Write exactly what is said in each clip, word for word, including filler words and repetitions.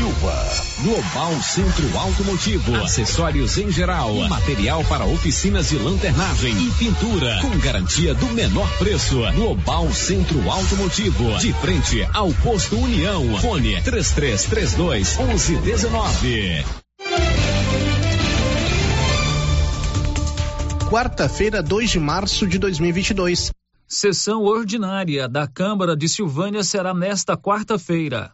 Silva. Global Centro Automotivo, acessórios em geral, material para oficinas de lanternagem e pintura, com garantia do menor preço. Global Centro Automotivo, de frente ao posto União. Fone três três três dois, onze dezenove. Quarta-feira, dois de março de dois mil e vinte e dois. Sessão ordinária da Câmara de Silvânia será nesta quarta-feira.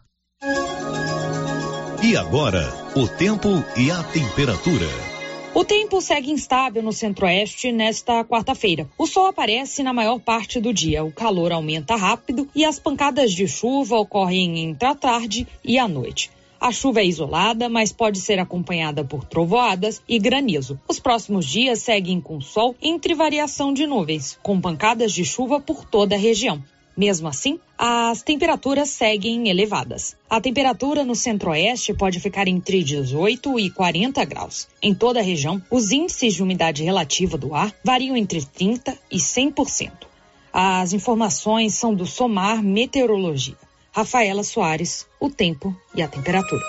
E agora, o tempo e a temperatura. O tempo segue instável no centro-oeste nesta quarta-feira. O sol aparece na maior parte do dia, o calor aumenta rápido e as pancadas de chuva ocorrem entre a tarde e a noite. A chuva é isolada, mas pode ser acompanhada por trovoadas e granizo. Os próximos dias seguem com sol entre variação de nuvens, com pancadas de chuva por toda a região. Mesmo assim, as temperaturas seguem elevadas. A temperatura no centro-oeste pode ficar entre dezoito e quarenta graus. Em toda a região, os índices de umidade relativa do ar variam entre trinta por cento e cem por cento. As informações são do Somar Meteorologia. Rafaela Soares, o tempo e a temperatura.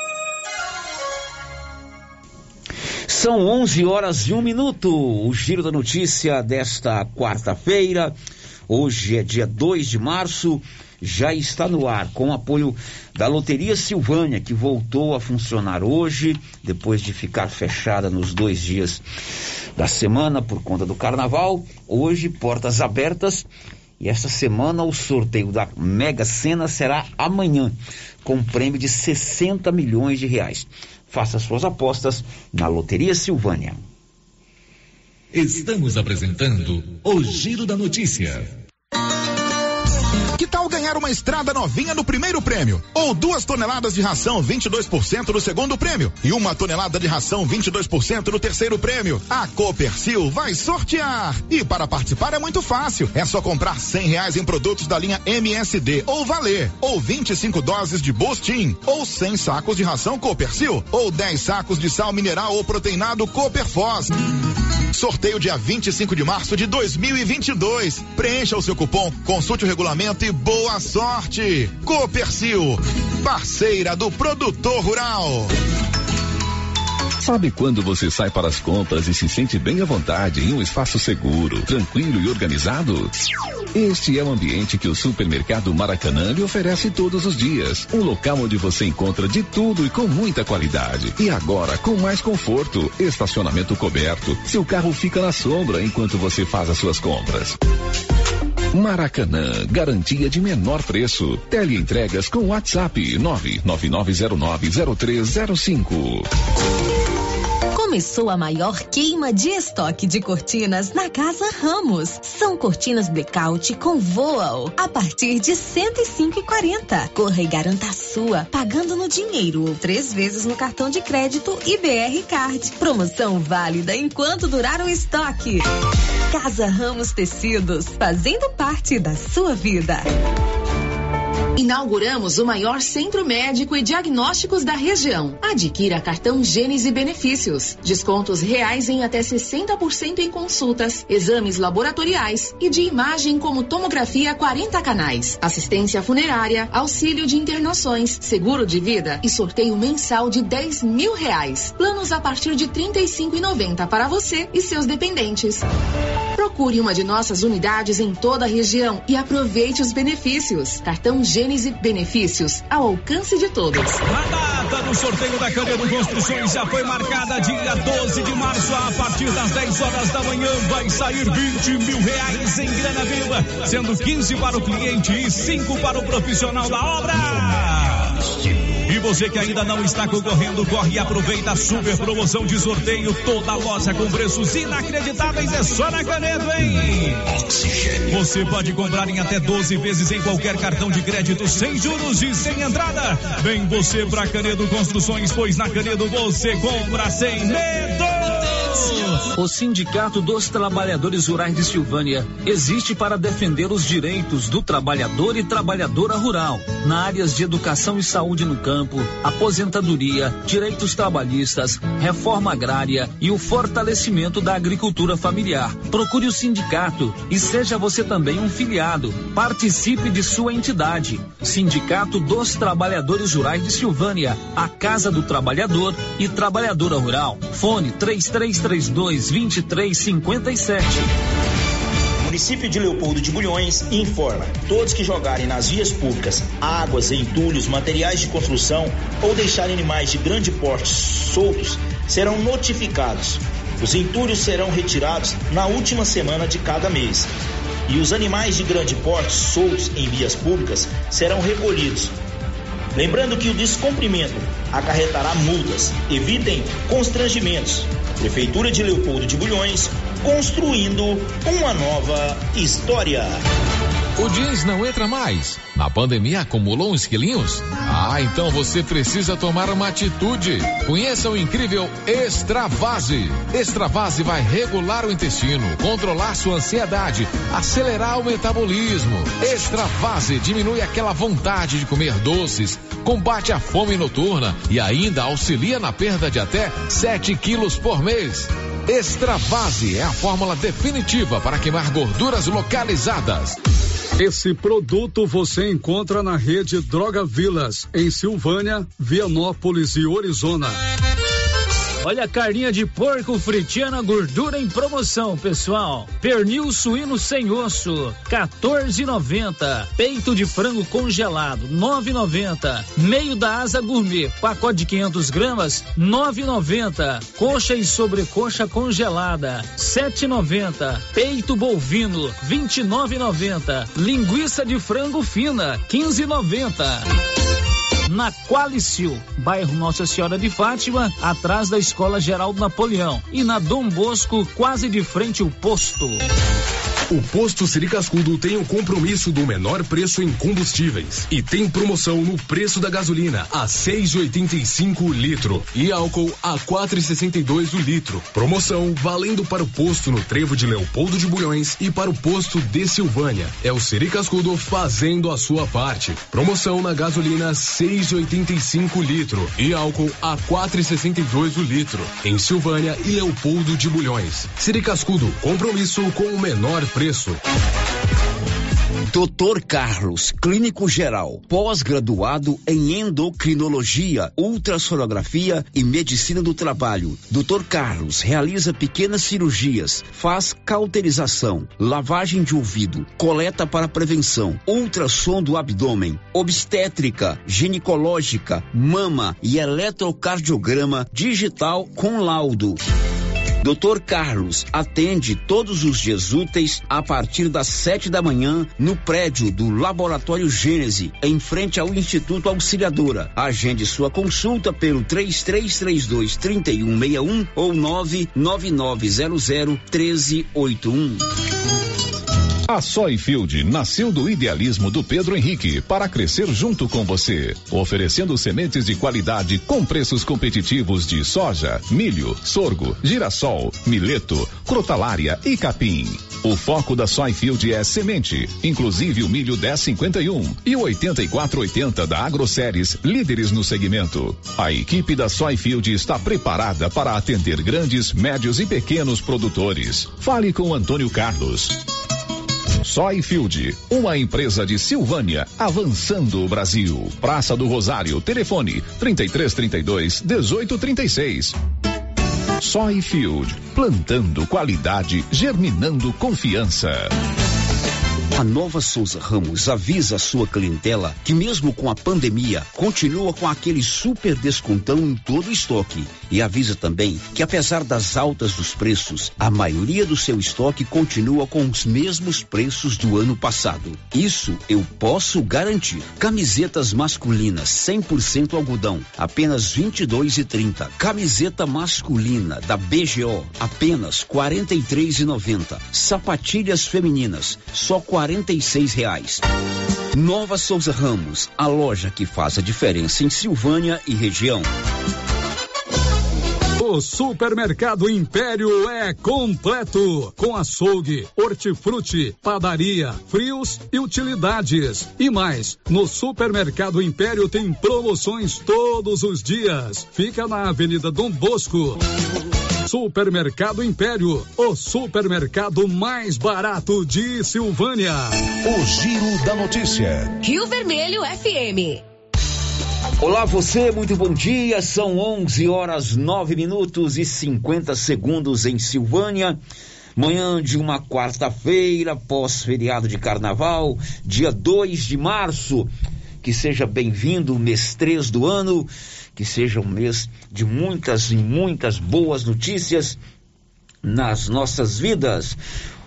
São onze horas e um minuto. O giro da notícia desta quarta-feira. Hoje é dia dois de março, já está no ar com o apoio da Loteria Silvânia, que voltou a funcionar hoje, depois de ficar fechada nos dois dias da semana por conta do carnaval. Hoje, portas abertas, e esta semana o sorteio da Mega Sena será amanhã, com um prêmio de sessenta milhões de reais. Faça suas apostas na Loteria Silvânia. Estamos apresentando o Giro da Notícia. Que tal ganhar uma estrada novinha no primeiro prêmio? Ou duas toneladas de ração vinte e dois por cento no segundo prêmio? E uma tonelada de ração vinte e dois por cento no terceiro prêmio? A Copercil vai sortear! E para participar é muito fácil. É só comprar cem reais em produtos da linha M S D ou Valer. Ou vinte e cinco doses de Bostin. Ou cem sacos de ração Copercil. Ou dez sacos de sal mineral ou proteinado Coperfos. Sorteio dia vinte e cinco de março de dois mil e vinte e dois. Preencha o seu cupom, consulte o regulamento e boa sorte. Copercil, parceira do produtor rural. Sabe quando você sai para as compras e se sente bem à vontade em um espaço seguro, tranquilo e organizado? Este é o ambiente que o Supermercado Maracanã lhe oferece todos os dias. Um local onde você encontra de tudo e com muita qualidade. E agora com mais conforto, estacionamento coberto. Seu carro fica na sombra enquanto você faz as suas compras. Maracanã, garantia de menor preço. Teleentregas com WhatsApp nove nove nove zero nove zero três zero cinco. Começou a maior queima de estoque de cortinas na Casa Ramos. São cortinas blackout com voal a partir de cento e cinco reais e quarenta centavos. Corra e garanta a sua, pagando no dinheiro ou três vezes no cartão de crédito e B R Card. Promoção válida enquanto durar o estoque. Casa Ramos Tecidos, fazendo parte da sua vida. Inauguramos o maior centro médico e diagnósticos da região. Adquira cartão Gênese Benefícios. Descontos reais em até sessenta por cento em consultas, exames laboratoriais e de imagem como tomografia quarenta canais. Assistência funerária, auxílio de internações, seguro de vida e sorteio mensal de dez mil reais. Planos a partir de trinta e cinco reais e noventa centavos para você e seus dependentes. Procure uma de nossas unidades em toda a região e aproveite os benefícios. Cartão Gênese Benefícios, ao alcance de todos. A data do sorteio da Canedo Construções já foi marcada, dia doze de março, a partir das dez horas da manhã. Vai sair vinte mil reais em grana viva, sendo quinze para o cliente e cinco para o profissional da obra. E você que ainda não está concorrendo, corre e aproveita a super promoção de sorteio. Toda loja com preços inacreditáveis é só na Canedo, hein? Oxigênio. Você pode comprar em até doze vezes em qualquer cartão de crédito, sem juros e sem entrada. Vem você pra Canedo Construções, pois na Canedo você compra sem medo. O Sindicato dos Trabalhadores Rurais de Silvânia existe para defender os direitos do trabalhador e trabalhadora rural, na áreas de educação e saúde no campo, aposentadoria, direitos trabalhistas, reforma agrária e o fortalecimento da agricultura familiar. Procure o sindicato e seja você também um filiado. Participe de sua entidade. Sindicato dos Trabalhadores Rurais de Silvânia, a Casa do Trabalhador e Trabalhadora Rural. Fone três três três dois, dois três cinco sete. O município de Leopoldo de Bulhões informa: todos que jogarem nas vias públicas águas, entulhos, materiais de construção ou deixarem animais de grande porte soltos serão notificados. Os entulhos serão retirados na última semana de cada mês e os animais de grande porte soltos em vias públicas serão recolhidos. Lembrando que o descumprimento acarretará multas. Evitem constrangimentos. Prefeitura de Leopoldo de Bulhões, construindo uma nova história. O jeans não entra mais. Na pandemia acumulou uns quilinhos? Ah, então você precisa tomar uma atitude. Conheça o incrível Extravase. Extravase vai regular o intestino, controlar sua ansiedade, acelerar o metabolismo. Extravase diminui aquela vontade de comer doces, combate a fome noturna e ainda auxilia na perda de até sete quilos por mês. Extravase é a fórmula definitiva para queimar gorduras localizadas. Esse produto você encontra na rede Droga Vilas, em Silvânia, Vianópolis e Orizona. Olha a carninha de porco fritinha, gordura em promoção, pessoal. Pernil suíno sem osso, quatorze e noventa. Peito de frango congelado, nove e noventa. Meio da asa gourmet, pacote de quinhentas gramas, nove e noventa. Coxa e sobrecoxa congelada, sete e noventa. Peito bovino, vinte e nove e noventa. Linguiça de frango fina, quinze e noventa. Na Qualicil, bairro Nossa Senhora de Fátima, atrás da Escola Geraldo Napoleão, e na Dom Bosco, quase de frente ao posto. O Posto Siri Cascudo tem o compromisso do menor preço em combustíveis e tem promoção no preço da gasolina a seis e oitenta e cinco o litro e álcool a quatro e sessenta e dois o litro. Promoção valendo para o posto no Trevo de Leopoldo de Bulhões e para o posto de Silvânia. É o Siri Cascudo fazendo a sua parte. Promoção na gasolina seis e oitenta e cinco o litro e álcool a quatro e sessenta e dois o litro em Silvânia e Leopoldo de Bulhões. Siri Cascudo, compromisso com o menor preço. doutor Carlos, clínico geral, pós-graduado em endocrinologia, ultrassonografia e medicina do trabalho. doutor Carlos realiza pequenas cirurgias, faz cauterização, lavagem de ouvido, coleta para prevenção, ultrassom do abdômen, obstétrica, ginecológica, mama e eletrocardiograma digital com laudo. doutor Carlos atende todos os dias úteis a partir das sete da manhã no prédio do Laboratório Gênese, em frente ao Instituto Auxiliadora. Agende sua consulta pelo três três três dois, três um seis um ou nove nove nove zero zero, um três oito um. A Soyfield nasceu do idealismo do Pedro Henrique para crescer junto com você, oferecendo sementes de qualidade com preços competitivos de soja, milho, sorgo, girassol, mileto, crotalária e capim. O foco da Soyfield é semente, inclusive o milho dez cinquenta e um e o oitenta e quatro oitenta da Agroceres, líderes no segmento. A equipe da Soyfield está preparada para atender grandes, médios e pequenos produtores. Fale com Antônio Carlos. Soyfield, uma empresa de Silvânia, avançando o Brasil. Praça do Rosário, telefone trinta e três, trinta e dois, dezoito, trinta e seis. Soyfield, plantando qualidade, germinando confiança. A Nova Souza Ramos avisa a sua clientela que mesmo com a pandemia, continua com aquele super descontão em todo o estoque. E avisa também que apesar das altas dos preços, a maioria do seu estoque continua com os mesmos preços do ano passado. Isso eu posso garantir. Camisetas masculinas cem por cento algodão, apenas vinte e dois e trinta. Camiseta masculina da B G O, apenas quarenta e três e noventa. Sapatilhas femininas, só quarenta e seis reais. Nova Souza Ramos, a loja que faz a diferença em Silvânia e região. O O Supermercado Império é completo, com açougue, hortifruti, padaria, frios e utilidades. E mais, no Supermercado Império tem promoções todos os dias. Fica na Avenida Dom Bosco. Supermercado Império, o supermercado mais barato de Silvânia. O Giro da Notícia. Rio Vermelho F M. Olá você, muito bom dia, são onze horas nove minutos e cinquenta segundos em Silvânia, manhã de uma quarta-feira, pós-feriado de carnaval, dia dois de março, que seja bem-vindo o mês três do ano, que seja um mês de muitas e muitas boas notícias nas nossas vidas.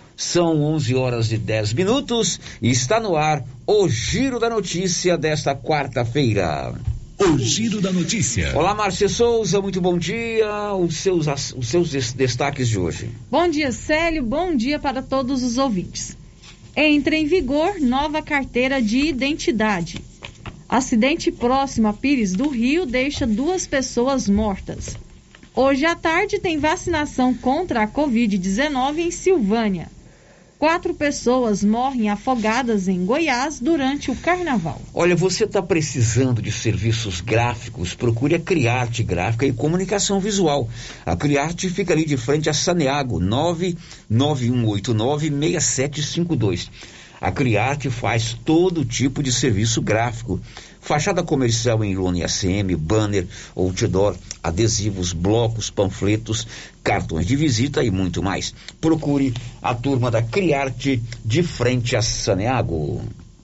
São onze horas e dez minutos e está no ar o Giro da Notícia desta quarta-feira. O Giro da Notícia. Olá, Márcia Souza, muito bom dia. Os seus, os seus destaques de hoje. Bom dia, Célio. Bom dia para todos os ouvintes. Entra em vigor nova carteira de identidade. Acidente próximo a Pires do Rio deixa duas pessoas mortas. Hoje à tarde tem vacinação contra a covid dezenove em Silvânia. Quatro pessoas morrem afogadas em Goiás durante o carnaval. Olha, você está precisando de serviços gráficos? Procure a Criarte Gráfica e Comunicação Visual. A Criarte fica ali de frente a Saneago, nove nove um oito nove seis sete cinco dois. A Criarte faz todo tipo de serviço gráfico. Fachada comercial em lona e A C M, banner, outdoor, adesivos, blocos, panfletos, cartões de visita e muito mais. Procure a turma da Criarte de frente a Saneago.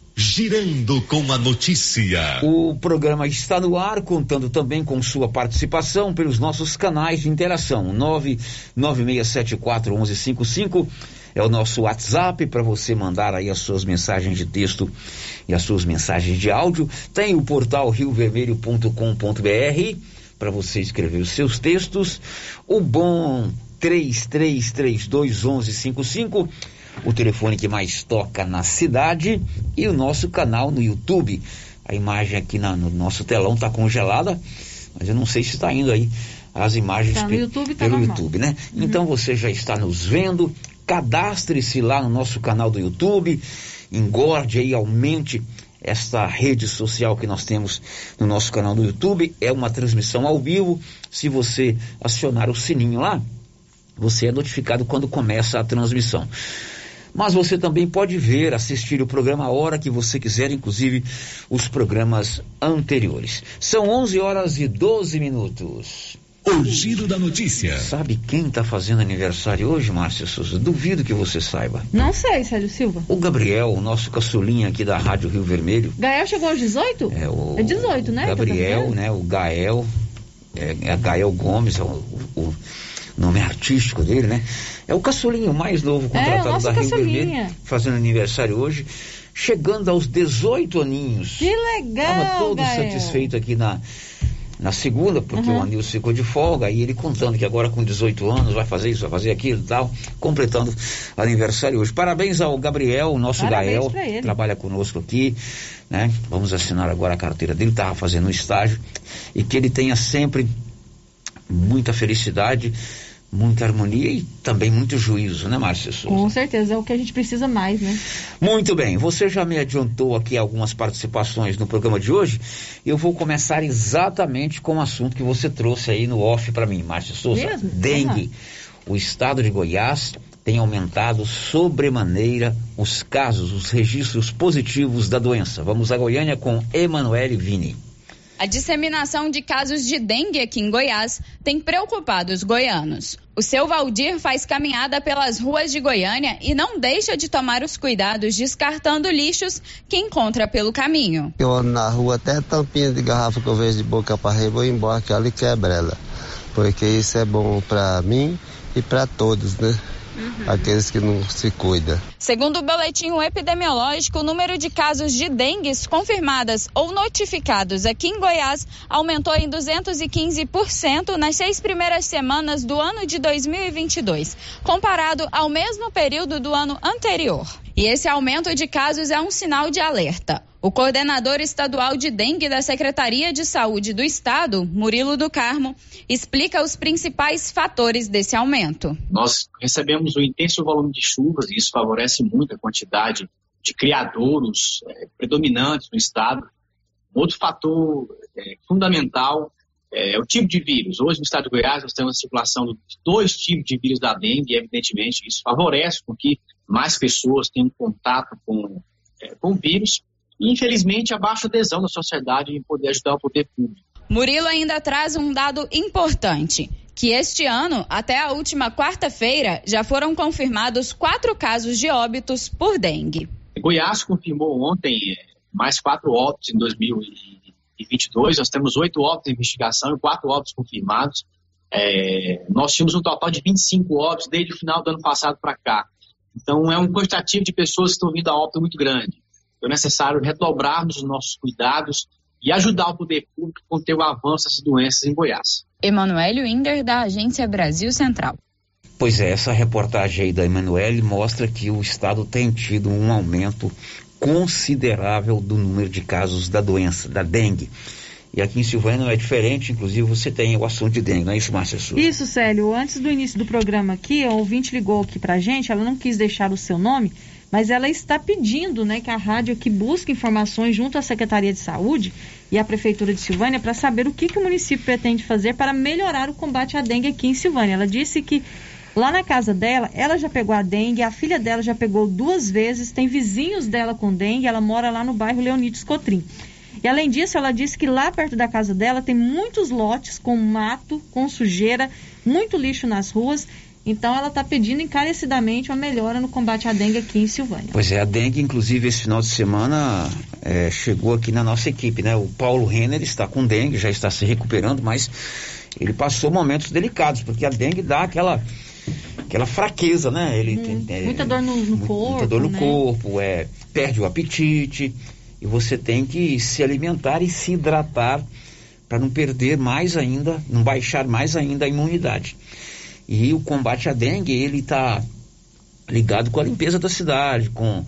Girando com a notícia. O programa está no ar, contando também com sua participação pelos nossos canais de interação. nove nove seis sete quatro um um cinco cinco é o nosso WhatsApp para você mandar aí as suas mensagens de texto e as suas mensagens de áudio. Tem o portal rio vermelho ponto com ponto b r para você escrever os seus textos. O bom três três três dois um um cinco cinco, o telefone que mais toca na cidade, e o nosso canal no YouTube. A imagem aqui na, no nosso telão está congelada, mas eu não sei se está indo aí as imagens tá no pe- YouTube, tá pelo normal. YouTube, né? Uhum. Então você já está nos vendo. Cadastre-se lá no nosso canal do YouTube, engorde aí, aumente esta rede social que nós temos no nosso canal do YouTube. É uma transmissão ao vivo. Se você acionar o sininho lá, você é notificado quando começa a transmissão. Mas você também pode ver, assistir o programa a hora que você quiser, inclusive os programas anteriores. São onze horas e doze minutos. O Giro da Notícia. Sabe quem está fazendo aniversário hoje, Márcia Souza? Duvido que você saiba. Não sei, Sérgio Silva. O Gabriel, o nosso caçulinha aqui da Rádio Rio Vermelho. Gael chegou aos dezoito? É, o é dezoito, né? Gabriel, né? O Gael, é, é Gael Gomes, é o, o, o nome artístico dele, né? É o caçulinho mais novo contratado é, nosso da Rio caçulinha. Vermelho, fazendo aniversário hoje, chegando aos dezoito aninhos. Que legal, Estava todo Gael. satisfeito aqui na... na segunda, porque uhum. o Anilson ficou de folga, e ele contando que agora com dezoito anos vai fazer isso, vai fazer aquilo e tal, completando aniversário hoje. Parabéns ao Gabriel, o nosso Parabéns Gael, trabalha conosco aqui, né? Vamos assinar agora a carteira dele, estava fazendo um estágio, e que ele tenha sempre muita felicidade, muita harmonia e também muito juízo, né, Márcia Souza? Com certeza, é o que a gente precisa mais, né? Muito bem, você já me adiantou aqui algumas participações no programa de hoje. Eu vou começar exatamente com o assunto que você trouxe aí no off para mim, Márcia Souza. Mesmo? Dengue. O estado de Goiás tem aumentado sobremaneira os casos, os registros positivos da doença. Vamos a Goiânia com Emanuele Vini. A disseminação de casos de dengue aqui em Goiás tem preocupado os goianos. O seu Valdir faz caminhada pelas ruas de Goiânia e não deixa de tomar os cuidados descartando lixos que encontra pelo caminho. Eu ando na rua, até tampinha de garrafa que eu vejo de boca para rua, vou embora que ali quebra ela. Porque isso é bom para mim e para todos, né? Uhum. Aqueles que não se cuidam. Segundo o boletim epidemiológico, o número de casos de dengue confirmadas ou notificados aqui em Goiás aumentou em duzentos e quinze por cento nas seis primeiras semanas do ano de dois mil e vinte e dois, comparado ao mesmo período do ano anterior. E esse aumento de casos é um sinal de alerta. O coordenador estadual de dengue da Secretaria de Saúde do Estado, Murilo do Carmo, explica os principais fatores desse aumento. Nós recebemos um intenso volume de chuvas e isso favorece muito a quantidade de criadouros é, predominantes no estado. Outro fator é, fundamental é o tipo de vírus. Hoje no estado de Goiás nós temos a circulação de dois tipos de vírus da dengue e evidentemente isso favorece com que mais pessoas tenham contato com, é, com o vírus. E, infelizmente, a baixa adesão da sociedade em poder ajudar o poder público. Murilo ainda traz um dado importante, que este ano, até a última quarta-feira, já foram confirmados quatro casos de óbitos por dengue. Goiás confirmou ontem mais quatro óbitos em dois mil e vinte e dois, nós temos oito óbitos em investigação e quatro óbitos confirmados. É, nós tínhamos um total de vinte e cinco óbitos desde o final do ano passado para cá. Então, é um quantitativo de pessoas que estão vindo a óbito muito grande. É necessário redobrarmos os nossos cuidados e ajudar o poder público a conter o avanço dessas doenças em Goiás. Emanuele Winder, da Agência Brasil Central. Pois é, essa reportagem aí da Emanuele mostra que o estado tem tido um aumento considerável do número de casos da doença, da dengue. E aqui em Silvânia não é diferente, inclusive você tem o assunto de dengue, não é isso, Márcia Souza? Isso, Célio. Antes do início do programa aqui, a ouvinte ligou aqui pra gente, ela não quis deixar o seu nome, mas ela está pedindo, né, que a rádio aqui busque informações junto à Secretaria de Saúde e à Prefeitura de Silvânia para saber o que, que o município pretende fazer para melhorar o combate à dengue aqui em Silvânia. Ela disse que lá na casa dela, ela já pegou a dengue, a filha dela já pegou duas vezes, tem vizinhos dela com dengue, ela mora lá no bairro Leonides Cotrim. E além disso, ela disse que lá perto da casa dela tem muitos lotes com mato, com sujeira, muito lixo nas ruas. Então ela está pedindo encarecidamente uma melhora no combate à dengue aqui em Silvânia. Pois é, a dengue, inclusive, esse final de semana é, chegou aqui na nossa equipe, né? O Paulo Renner está com dengue, já está se recuperando, mas ele passou momentos delicados, porque a dengue dá aquela, aquela fraqueza, né? Ele hum, tem, é, muita dor no, no corpo, Muita dor no né? corpo, é, perde o apetite, e você tem que se alimentar e se hidratar para não perder mais ainda, não baixar mais ainda a imunidade. E o combate à dengue, ele está ligado com a limpeza da cidade, com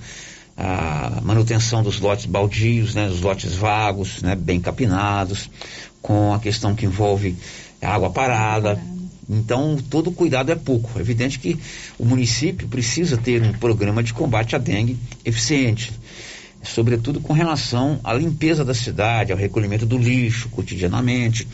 a manutenção dos lotes baldios, né, dos lotes vagos, né, bem capinados, com a questão que envolve a água parada. Então, todo cuidado é pouco. É evidente que o município precisa ter um programa de combate à dengue eficiente, sobretudo com relação à limpeza da cidade, ao recolhimento do lixo cotidianamente.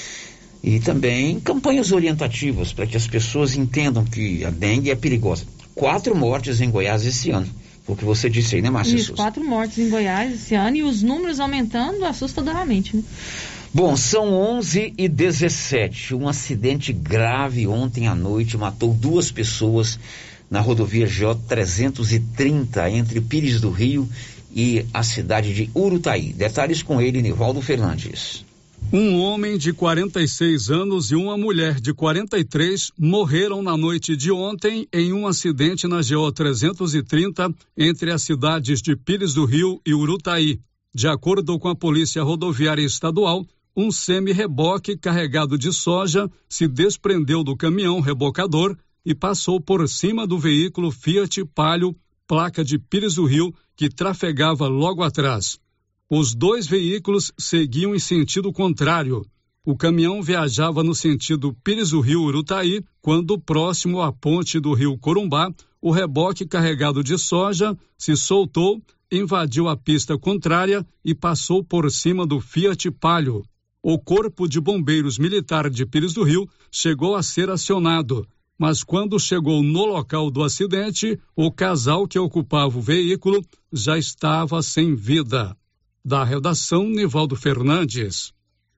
E também campanhas orientativas para que as pessoas entendam que a dengue é perigosa. Quatro mortes em Goiás esse ano. Foi o que você disse aí, né, Márcia Isso, Souza? quatro mortes em Goiás esse ano e os números aumentando assustadoramente, né? Bom, são onze e dezessete. Um acidente grave ontem à noite matou duas pessoas na rodovia J trezentos e trinta entre Pires do Rio e a cidade de Urutaí. Detalhes com ele, Nivaldo Fernandes. Um homem de quarenta e seis anos e uma mulher de quarenta e três morreram na noite de ontem em um acidente na G O trezentos e trinta entre as cidades de Pires do Rio e Urutaí. De acordo com a Polícia Rodoviária Estadual, um semi-reboque carregado de soja se desprendeu do caminhão rebocador e passou por cima do veículo Fiat Palio, placa de Pires do Rio, que trafegava logo atrás. Os dois veículos seguiam em sentido contrário. O caminhão viajava no sentido Pires do Rio Urutaí, quando próximo à ponte do rio Corumbá, o reboque carregado de soja se soltou, invadiu a pista contrária e passou por cima do Fiat Palio. O Corpo de Bombeiros Militar de Pires do Rio chegou a ser acionado, mas quando chegou no local do acidente, o casal que ocupava o veículo já estava sem vida. Da redação, Nivaldo Fernandes.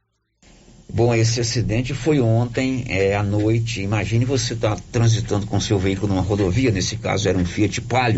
Bom, esse acidente foi ontem é, à noite. Imagine você estar tá transitando com seu veículo numa rodovia, nesse caso era um Fiat Palio,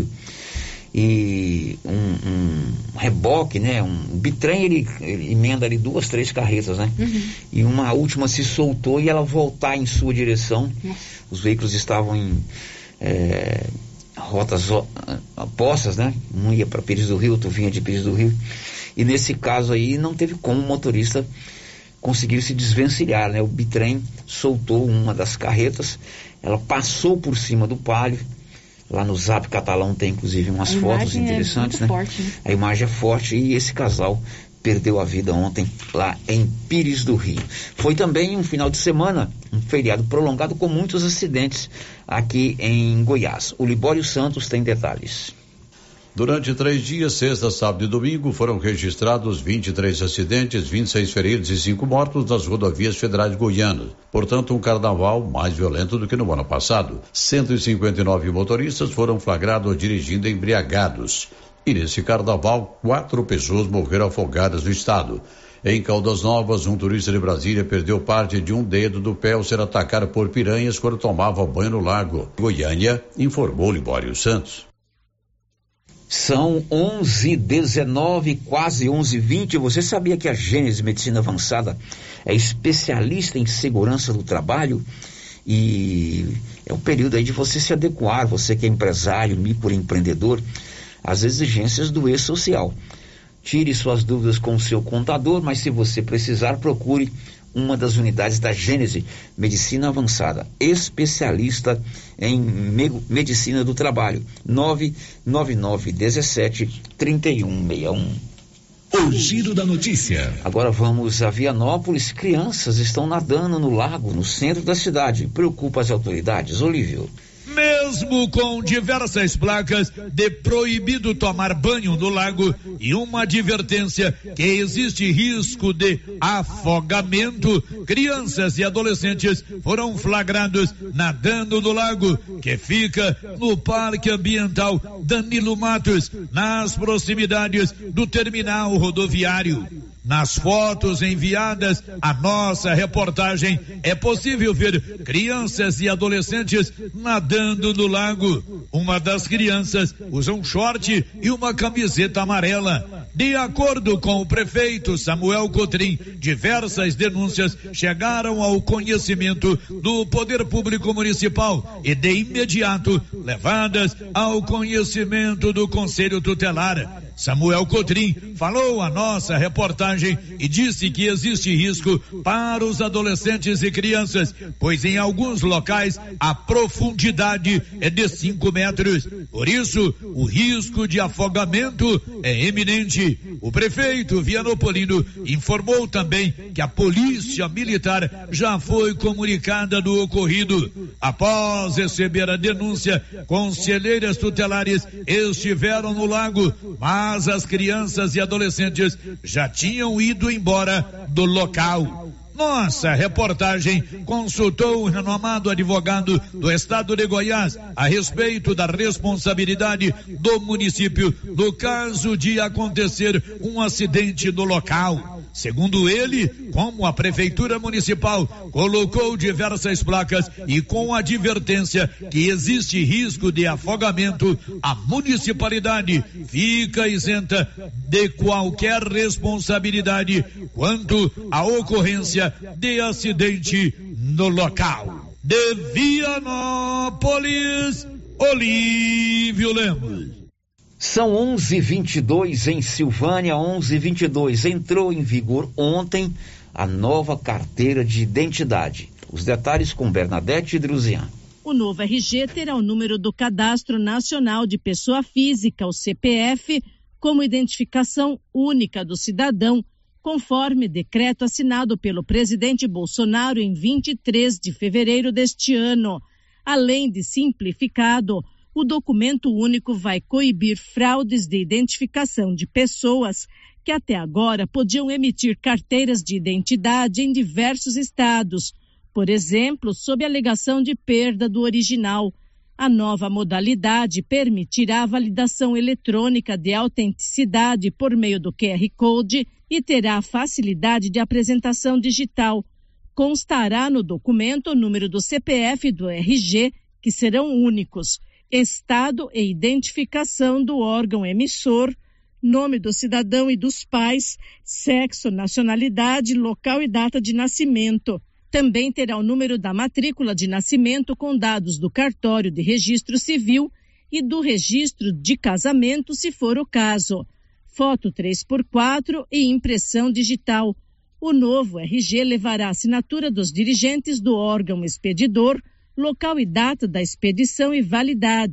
e um, um reboque, né, um bitrem, ele, ele emenda ali duas, três carretas, né? Uhum. E uma última se soltou e ela voltar em sua direção. Nossa. Os veículos estavam em é, rotas opostas, né? Um ia para Pires do Rio, outro vinha de Pires do Rio. E nesse caso aí não teve como o motorista conseguir se desvencilhar, né? O bitrem soltou uma das carretas, ela passou por cima do Palio, Lá no Zap Catalão tem inclusive umas a fotos imagem interessantes, é muito né? Forte, né? A imagem é forte e esse casal perdeu a vida ontem lá em Pires do Rio. Foi também um final de semana, um feriado prolongado com muitos acidentes aqui em Goiás. O Libório Santos tem detalhes. Durante três dias, sexta, sábado e domingo, foram registrados vinte e três acidentes, vinte e seis feridos e cinco mortos nas rodovias federais goianas. Portanto, um carnaval mais violento do que no ano passado. cento e cinquenta e nove motoristas foram flagrados dirigindo embriagados. E nesse carnaval, quatro pessoas morreram afogadas no estado. Em Caldas Novas, um turista de Brasília perdeu parte de um dedo do pé ao ser atacado por piranhas quando tomava banho no lago. Goiânia, informou Libório Santos. São onze e dezenove, quase onze e vinte. Você sabia que a Gênese Medicina Avançada é especialista em segurança do trabalho? E é o período aí de você se adequar, você que é empresário, microempreendedor, às exigências do E-Social. Tire suas dúvidas com o seu contador, mas se você precisar, procure uma das unidades da Gênese Medicina Avançada, especialista em me- medicina do trabalho. nove nove nove um sete, três um seis um. O giro da notícia. Agora vamos a Vianópolis. Crianças estão nadando no lago, no centro da cidade. Preocupa as autoridades. Olívio. Mesmo com diversas placas de proibido tomar banho no lago e uma advertência que existe risco de afogamento, crianças e adolescentes foram flagrados nadando no lago, que fica no Parque Ambiental Danilo Matos, nas proximidades do terminal rodoviário. Nas fotos enviadas à nossa reportagem, é possível ver crianças e adolescentes nadando no lago. Uma das crianças usa um short e uma camiseta amarela. De acordo com o prefeito Samuel Cotrim, diversas denúncias chegaram ao conhecimento do Poder Público Municipal e de imediato levadas ao conhecimento do Conselho Tutelar. Samuel Cotrim falou à nossa reportagem e disse que existe risco para os adolescentes e crianças, pois em alguns locais a profundidade é de cinco metros. Por isso, o risco de afogamento é iminente. O prefeito Vianopolino informou também que a polícia militar já foi comunicada do ocorrido. Após receber a denúncia, conselheiras tutelares estiveram no lago, mas Mas as crianças e adolescentes já tinham ido embora do local. Nossa reportagem consultou o renomado advogado do estado de Goiás a respeito da responsabilidade do município no caso de acontecer um acidente no local. Segundo ele, como a prefeitura municipal colocou diversas placas e com advertência que existe risco de afogamento, a municipalidade fica isenta de qualquer responsabilidade quanto à ocorrência de acidente no local. De Vianópolis, Olívio Lemos. São onze e vinte e dois em Silvânia, onze e vinte e dois. Entrou em vigor ontem a nova carteira de identidade. Os detalhes com Bernadette Druzian. O novo R G terá o número do Cadastro Nacional de Pessoa Física, o C P F, como identificação única do cidadão, conforme decreto assinado pelo presidente Bolsonaro em vinte e três de fevereiro deste ano. Além de simplificado, o documento único vai coibir fraudes de identificação de pessoas que até agora podiam emitir carteiras de identidade em diversos estados, por exemplo, sob alegação de perda do original. A nova modalidade permitirá a validação eletrônica de autenticidade por meio do Q R Code e terá a facilidade de apresentação digital. Constará no documento o número do C P F e do R G, que serão únicos, estado e identificação do órgão emissor, nome do cidadão e dos pais, sexo, nacionalidade, local e data de nascimento. Também terá o número da matrícula de nascimento com dados do cartório de registro civil e do registro de casamento, se for o caso. Foto três por quatro e impressão digital. O novo R G levará a assinatura dos dirigentes do órgão expedidor, local e data da expedição e validade.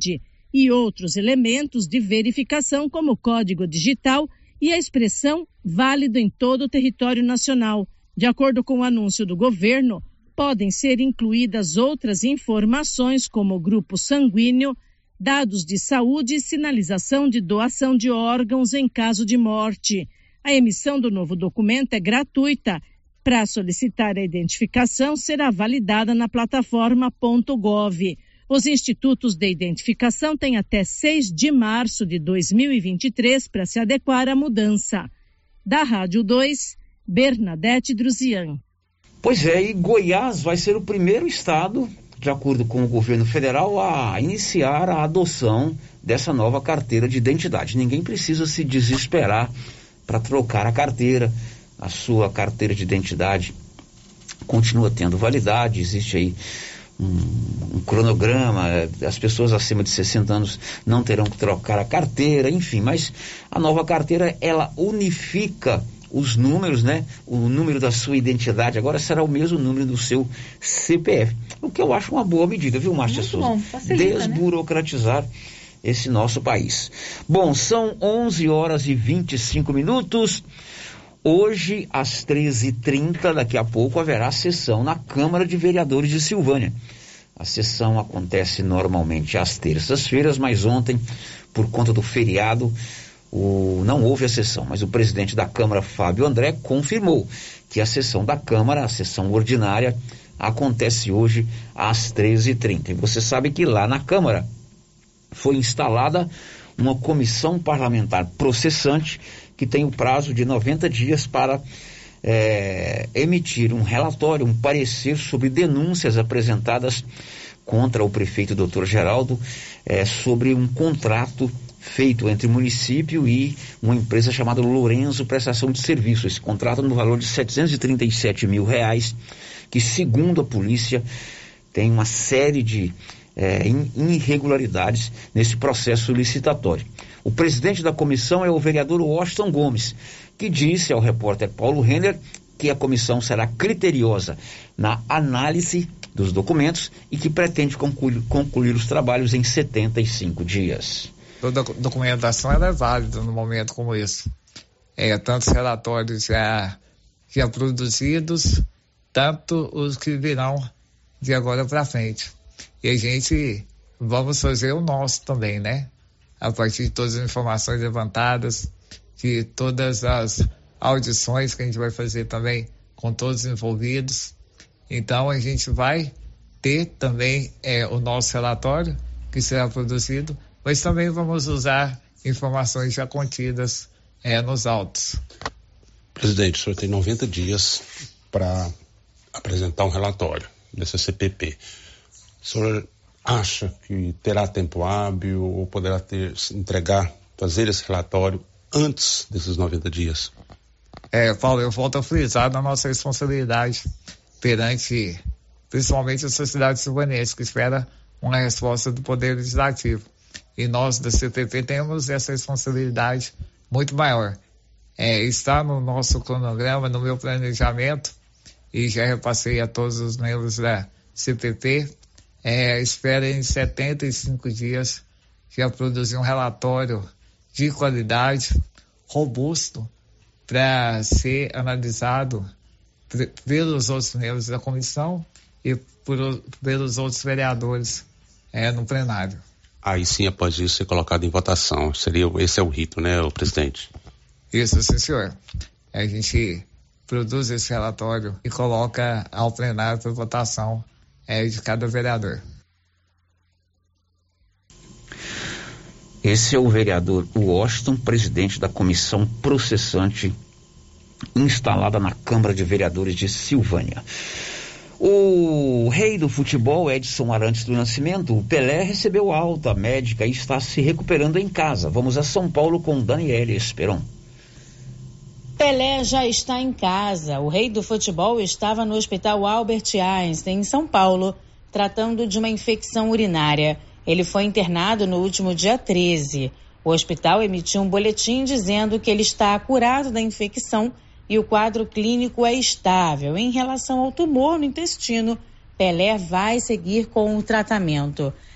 e outros elementos de verificação, como o código digital e a expressão válido em todo o território nacional. De acordo com o anúncio do governo, podem ser incluídas outras informações como grupo sanguíneo, dados de saúde e sinalização de doação de órgãos em caso de morte. A emissão do novo documento é gratuita. Para solicitar a identificação, será validada na plataforma .gov. Os institutos de identificação têm até seis de março de dois mil e vinte e três para se adequar à mudança. Da Rádio dois, Bernadette Druzian. Pois é, e Goiás vai ser o primeiro estado, de acordo com o governo federal, a iniciar a adoção dessa nova carteira de identidade. Ninguém precisa se desesperar para trocar a carteira. A sua carteira de identidade continua tendo validade, existe aí um, um cronograma, as pessoas acima de sessenta anos não terão que trocar a carteira, enfim, mas a nova carteira, ela unifica os números, né? O número da sua identidade agora será o mesmo número do seu C P F, o que eu acho uma boa medida, viu, Márcia Souza? Bom, facilita, desburocratizar, né, esse nosso país. Bom, são onze horas e vinte e cinco minutos. Hoje, às treze e trinta, daqui a pouco, haverá sessão na Câmara de Vereadores de Silvânia. A sessão acontece normalmente às terças-feiras, mas ontem, por conta do feriado, o... não houve a sessão. Mas o presidente da Câmara, Fábio André, confirmou que a sessão da Câmara, a sessão ordinária, acontece hoje às treze e trinta. E você sabe que lá na Câmara foi instalada uma comissão parlamentar processante que tem o prazo de noventa dias para é, emitir um relatório, um parecer sobre denúncias apresentadas contra o prefeito doutor Geraldo é, sobre um contrato feito entre o município e uma empresa chamada Lourenço Prestação de Serviço. Esse contrato no valor de setecentos e trinta e sete mil reais, que segundo a polícia tem uma série de é, irregularidades nesse processo licitatório. O presidente da comissão é o vereador Washington Gomes, que disse ao repórter Paulo Renner que a comissão será criteriosa na análise dos documentos e que pretende concluir, concluir os trabalhos em setenta e cinco dias. Toda documentação ela é válida no momento como esse. É, tantos relatórios já, já produzidos, tanto os que virão de agora para frente. E a gente vamos fazer o nosso também, né? A partir de todas as informações levantadas, de todas as audições que a gente vai fazer também com todos os envolvidos. Então a gente vai ter também é, o nosso relatório que será produzido, mas também vamos usar informações já contidas é, nos autos. Presidente, o senhor tem noventa dias para apresentar um relatório dessa C P P. O senhor acha que terá tempo hábil ou poderá ter, entregar, fazer esse relatório antes desses noventa dias? É, Paulo, eu volto a frisar na nossa responsabilidade perante, principalmente a sociedade silvanense, que espera uma resposta do Poder Legislativo. E nós da C P P temos essa responsabilidade muito maior. É, está no nosso cronograma, no meu planejamento, e já repassei a todos os membros da C P P, é, espera em setenta e cinco dias já produzir um relatório de qualidade, robusto, para ser analisado p- pelos outros membros da comissão e por, pelos outros vereadores é, no plenário. Aí sim, após isso, ser colocado em votação. Seria, esse é o rito, né, o presidente? Isso, sim, senhor. A gente produz esse relatório e coloca ao plenário para votação é, de cada vereador. Esse é o vereador Washington, presidente da comissão processante instalada na Câmara de Vereadores de Silvânia. O rei do futebol, Edson Arantes do Nascimento, o Pelé, recebeu alta médica e está se recuperando em casa. Vamos a São Paulo com Daniele Esperon. Pelé já está em casa. O rei do futebol estava no Hospital Albert Einstein, em São Paulo, tratando de uma infecção urinária. Ele foi internado no último dia treze. O hospital emitiu um boletim dizendo que ele está curado da infecção e o quadro clínico é estável. Em relação ao tumor no intestino, Pelé vai seguir com o tratamento.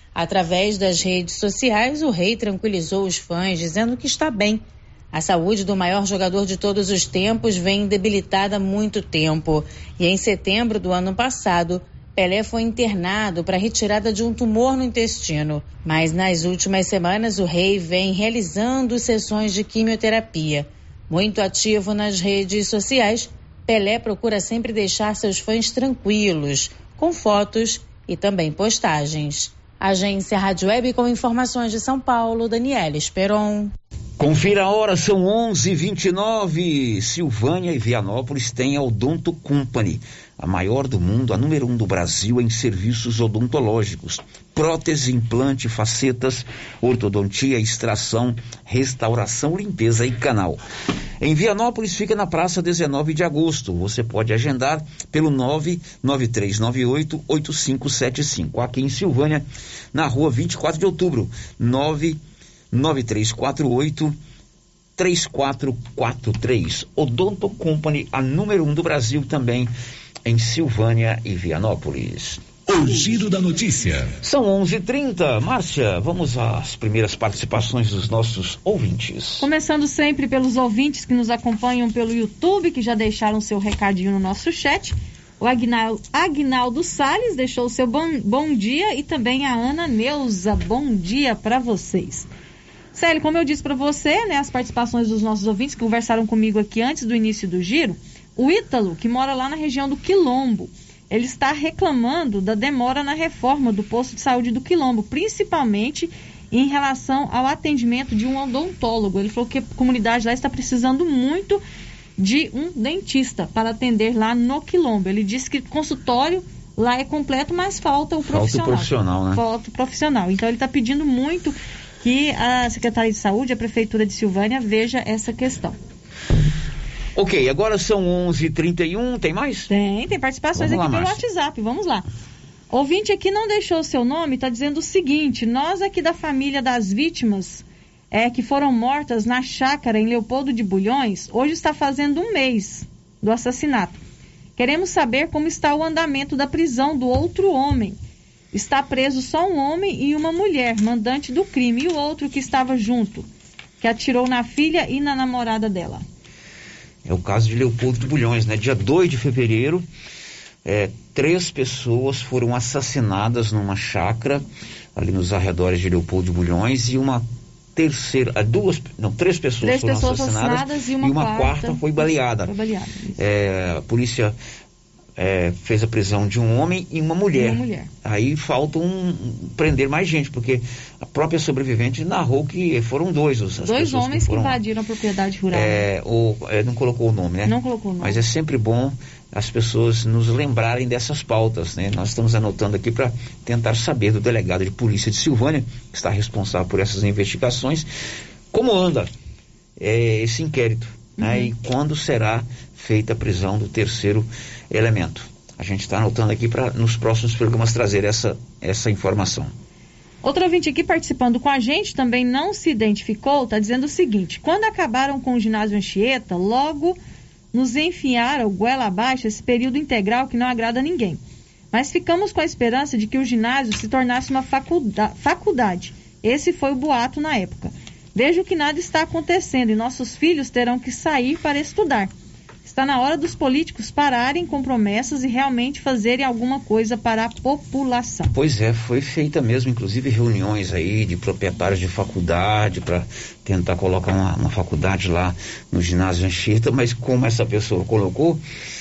Através das redes sociais, o rei tranquilizou os fãs, dizendo que está bem. A saúde do maior jogador de todos os tempos vem debilitada há muito tempo. E em setembro do ano passado, Pelé foi internado para a retirada de um tumor no intestino. Mas nas últimas semanas, o rei vem realizando sessões de quimioterapia. Muito ativo nas redes sociais, Pelé procura sempre deixar seus fãs tranquilos, com fotos e também postagens. Agência Rádio Web com informações de São Paulo, Daniela Esperon. Confira a hora, são onze e vinte e nove. Silvânia e Vianópolis têm a Odonto Company, a maior do mundo, a número um do Brasil em serviços odontológicos. Prótese, implante, facetas, ortodontia, extração, restauração, limpeza e canal. Em Vianópolis fica na praça dezenove de agosto. Você pode agendar pelo nove nove três nove oito oito cinco sete cinco. Aqui em Silvânia, na rua vinte e quatro de outubro, nove nove três quatro oito três quatro quatro três. Odonto Company, a número um do Brasil, também em Silvânia e Vianópolis. O Giro da Notícia. São onze e trinta. Márcia, vamos às primeiras participações dos nossos ouvintes. Começando sempre pelos ouvintes que nos acompanham pelo YouTube, que já deixaram seu recadinho no nosso chat. O Agnaldo, Agnaldo Salles deixou o seu bom, bom dia, e também a Ana Neuza. Bom dia para vocês. Célio, como eu disse para você, né, as participações dos nossos ouvintes que conversaram comigo aqui antes do início do giro, o Ítalo, que mora lá na região do Quilombo, ele está reclamando da demora na reforma do posto de saúde do Quilombo, principalmente em relação ao atendimento de um odontólogo. Ele falou que a comunidade lá está precisando muito de um dentista para atender lá no Quilombo. Ele disse que o consultório lá é completo, mas falta o profissional. Falta o profissional, né? Falta o profissional. Então ele está pedindo muito que a Secretaria de Saúde, a Prefeitura de Silvânia, veja essa questão. Ok, agora são onze e trinta e um, tem mais? Tem, tem participações Vamos aqui lá, pelo Márcia. WhatsApp, vamos lá. Ouvinte aqui não deixou o seu nome, está dizendo o seguinte: nós aqui da família das vítimas é, que foram mortas na chácara em Leopoldo de Bulhões, hoje está fazendo um mês do assassinato. Queremos saber como está o andamento da prisão do outro homem. Está preso só um homem e uma mulher, mandante do crime, e o outro que estava junto, que atirou na filha e na namorada dela. É o caso de Leopoldo de Bulhões, né? Dia dois de fevereiro, é, três pessoas foram assassinadas numa chácara, ali nos arredores de Leopoldo de Bulhões, e uma terceira, duas, não, três pessoas três foram pessoas assassinadas, assassinadas e uma, e uma quarta, quarta foi baleada. Foi baleada, isso. É, a polícia é, fez a prisão de um homem e uma mulher. Uma mulher. Aí falta um, um, prender mais gente, porque a própria sobrevivente narrou que foram dois os as Dois homens que, que foram, invadiram a propriedade rural. É, ou, é, não colocou o nome, né? Não colocou o nome. Mas é sempre bom as pessoas nos lembrarem dessas pautas, né? Nós estamos anotando aqui para tentar saber do delegado de polícia de Silvânia, que está responsável por essas investigações, como anda é, esse inquérito, uhum. né? E quando será feita a prisão do terceiro elemento. A gente está anotando aqui para nos próximos programas trazer essa, essa informação. Outro ouvinte aqui participando com a gente, também não se identificou, está dizendo o seguinte: quando acabaram com o ginásio Anchieta, logo nos enfiaram goela abaixo esse período integral que não agrada a ninguém. Mas ficamos com a esperança de que o ginásio se tornasse uma faculda- faculdade. Esse foi o boato na época. Vejo que nada está acontecendo e nossos filhos terão que sair para estudar. Está na hora dos políticos pararem com promessas e realmente fazerem alguma coisa para a população. Pois é, foi feita mesmo, inclusive, reuniões aí de proprietários de faculdade para tentar colocar uma, uma faculdade lá no ginásio Anchieta, mas como essa pessoa colocou,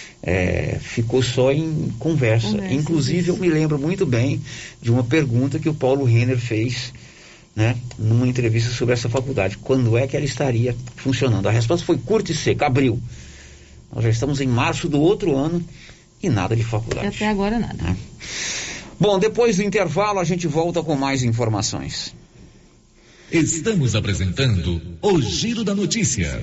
é, ficou só em conversa. conversa inclusive, isso. Eu me lembro muito bem de uma pergunta que o Paulo Renner fez, né, numa entrevista sobre essa faculdade. Quando é que ela estaria funcionando? A resposta foi curta e seca: abril. Nós já estamos em março do outro ano e nada de faculdade. Até agora nada. É. Bom, depois do intervalo a gente volta com mais informações. Estamos apresentando o Giro da Notícia.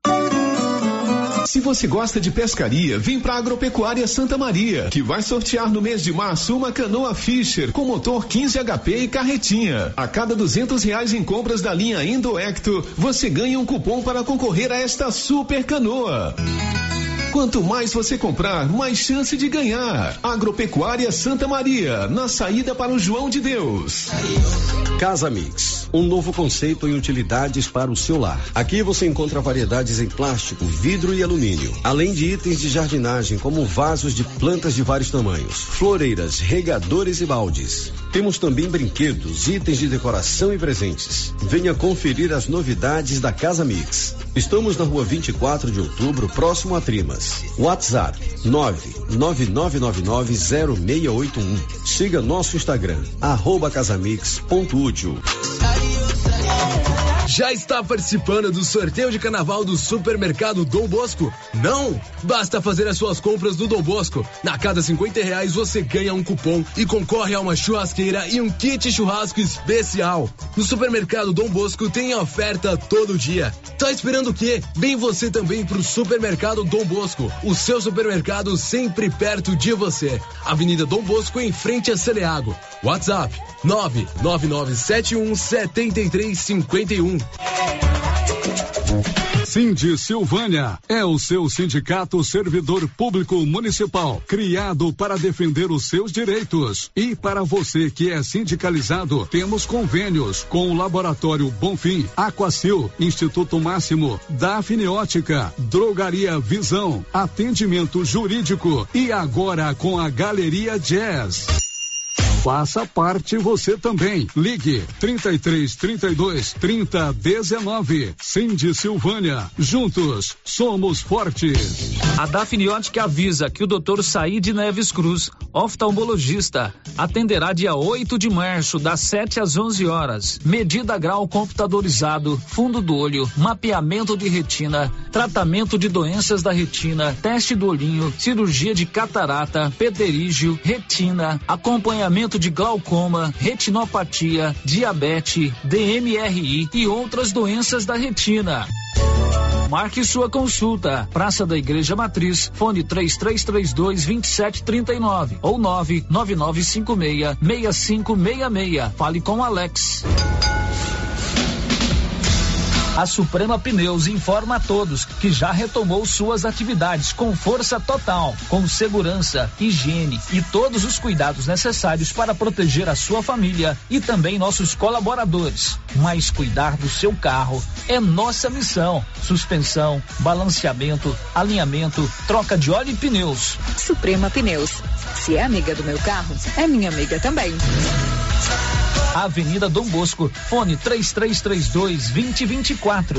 Se você gosta de pescaria, vem para a Agropecuária Santa Maria, que vai sortear no mês de março uma canoa Fisher com motor quinze H P e carretinha. A cada duzentos reais em compras da linha Indo Ecto, você ganha um cupom para concorrer a esta super canoa. Quanto mais você comprar, mais chance de ganhar. Agropecuária Santa Maria, na saída para o João de Deus. Casa Mix, um novo conceito em utilidades para o seu lar. Aqui você encontra variedades em plástico, vidro e alumínio, além de itens de jardinagem como vasos de plantas de vários tamanhos, floreiras, regadores e baldes. Temos também brinquedos, itens de decoração e presentes. Venha conferir as novidades da Casa Mix. Estamos na rua vinte e quatro de outubro, próximo a Trimas. WhatsApp nove nove nove nove nove zero seis oito um. Siga nosso Instagram, arroba casamix ponto útil. Já está participando do sorteio de carnaval do Supermercado Dom Bosco? Não? Basta fazer as suas compras do Dom Bosco. Na cada cinquenta reais você ganha um cupom e concorre a uma churrasqueira e um kit churrasco especial. No Supermercado Dom Bosco tem oferta todo dia. Tá esperando o quê? Vem você também pro Supermercado Dom Bosco. O seu supermercado sempre perto de você. Avenida Dom Bosco, em frente a Celeago. WhatsApp nove nove nove sete um sete três cinco um. Sindi Silvânia é o seu sindicato servidor público municipal, criado para defender os seus direitos. E para você que é sindicalizado, temos convênios com o Laboratório Bonfim, Aquacil, Instituto Máximo, Dafniótica, Drogaria Visão, Atendimento Jurídico e agora com a Galeria Jazz. Faça parte você também. Ligue trinta e três, trinta e dois, trinta, dezenove. Sindi Silvânia. Juntos somos fortes. A Dafniótica avisa que o doutor Saíde Neves Cruz, oftalmologista, atenderá dia oito de março, das sete às onze horas. Medida grau computadorizado, fundo do olho, mapeamento de retina, tratamento de doenças da retina, teste do olhinho, cirurgia de catarata, pterígio, retina, acompanhamento de glaucoma, retinopatia, diabetes, D M R I e outras doenças da retina. Marque sua consulta. Praça da Igreja Matriz, fone três três três dois, dois sete três nove ou nove nove nove cinco seis, seis cinco seis seis. Fale com Alex. A Suprema Pneus informa a todos que já retomou suas atividades com força total, com segurança, higiene e todos os cuidados necessários para proteger a sua família e também nossos colaboradores. Mas cuidar do seu carro é nossa missão. Suspensão, balanceamento, alinhamento, troca de óleo e pneus. Suprema Pneus. Se é amiga do meu carro, é minha amiga também. Avenida Dom Bosco, fone três três três dois, dois zero dois quatro.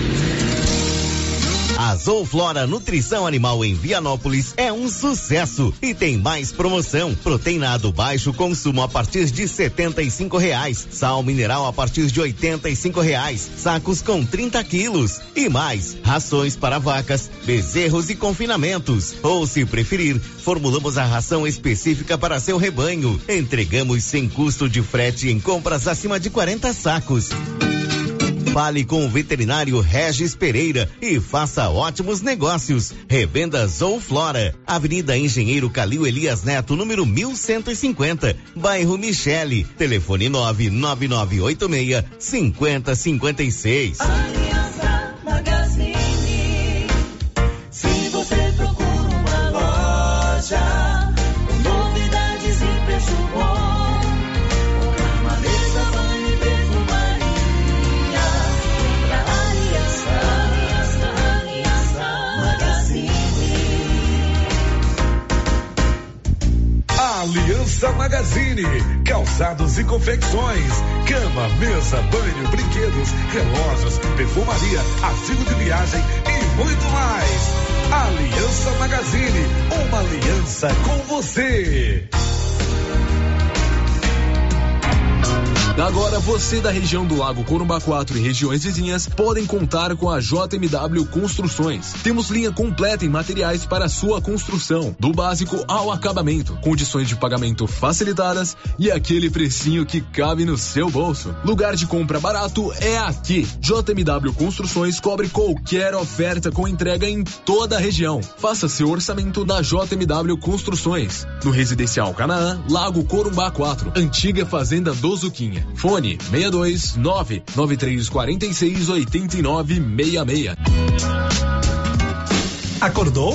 A Zooflora Nutrição Animal em Vianópolis é um sucesso e tem mais promoção. Proteinado baixo consumo a partir de setenta e cinco reais. Sal mineral a partir de oitenta e cinco reais. Sacos com trinta quilos. E mais, rações para vacas, bezerros e confinamentos. Ou se preferir, formulamos a ração específica para seu rebanho. Entregamos sem custo de frete em compras acima de quarenta sacos. Fale com o veterinário Regis Pereira e faça ótimos negócios. Revenda Zooflora, Avenida Engenheiro Calil Elias Neto, número mil cento e cinquenta, bairro Michele. Telefone nove nove nove oito seis, cinco zero cinco seis. Aliança Magazine. Se você procura uma loja com novidades e preço bom, cama, mesa, banho e perfumaria. Aliança Magazine, calçados e confecções, cama, mesa, banho, brinquedos, relógios, perfumaria, artigo de viagem e muito mais. Aliança Magazine, uma aliança com você. Agora você da região do Lago Corumbá quatro e regiões vizinhas podem contar com a J M W Construções. Temos linha completa em materiais para sua construção, do básico ao acabamento, condições de pagamento facilitadas e aquele precinho que cabe no seu bolso. Lugar de compra barato é aqui. J M W Construções cobre qualquer oferta com entrega em toda a região. Faça seu orçamento na J M W Construções. No Residencial Canaã, Lago Corumbá quatro, antiga Fazenda do Zuquinha. Fone seis dois nove nove três quatro seis oito nove seis seis. Acordou?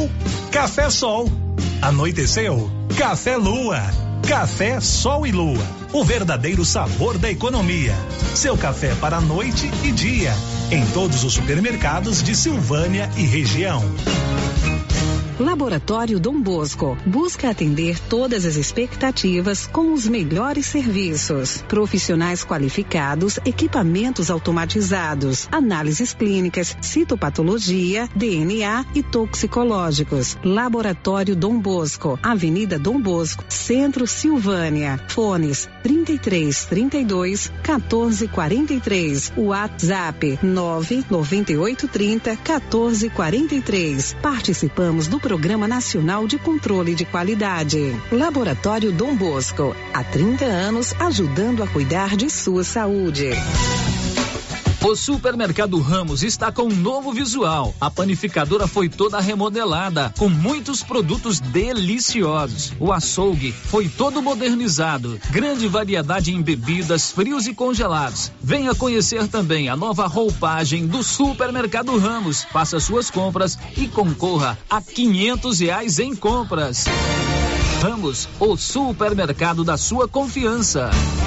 Café Sol. Anoiteceu? Café Lua. Café Sol e Lua. O verdadeiro sabor da economia. Seu café para noite e dia. Em todos os supermercados de Silvânia e região. Laboratório Dom Bosco busca atender todas as expectativas com os melhores serviços. Profissionais qualificados, equipamentos automatizados, análises clínicas, citopatologia, D N A e toxicológicos. Laboratório Dom Bosco, Avenida Dom Bosco, Centro Silvânia. Fones trinta e três, trinta e dois, quatorze, quarenta e três. WhatsApp nove nove oito trinta, quatorze, quarenta e três. Participamos do Programa Nacional de Controle de Qualidade. Laboratório Dom Bosco, há trinta anos ajudando a cuidar de sua saúde. O Supermercado Ramos está com um novo visual. A panificadora foi toda remodelada, com muitos produtos deliciosos. O açougue foi todo modernizado. Grande variedade em bebidas, frios e congelados. Venha conhecer também a nova roupagem do Supermercado Ramos. Faça suas compras e concorra a quinhentos reais em compras. Ramos, o supermercado da sua confiança.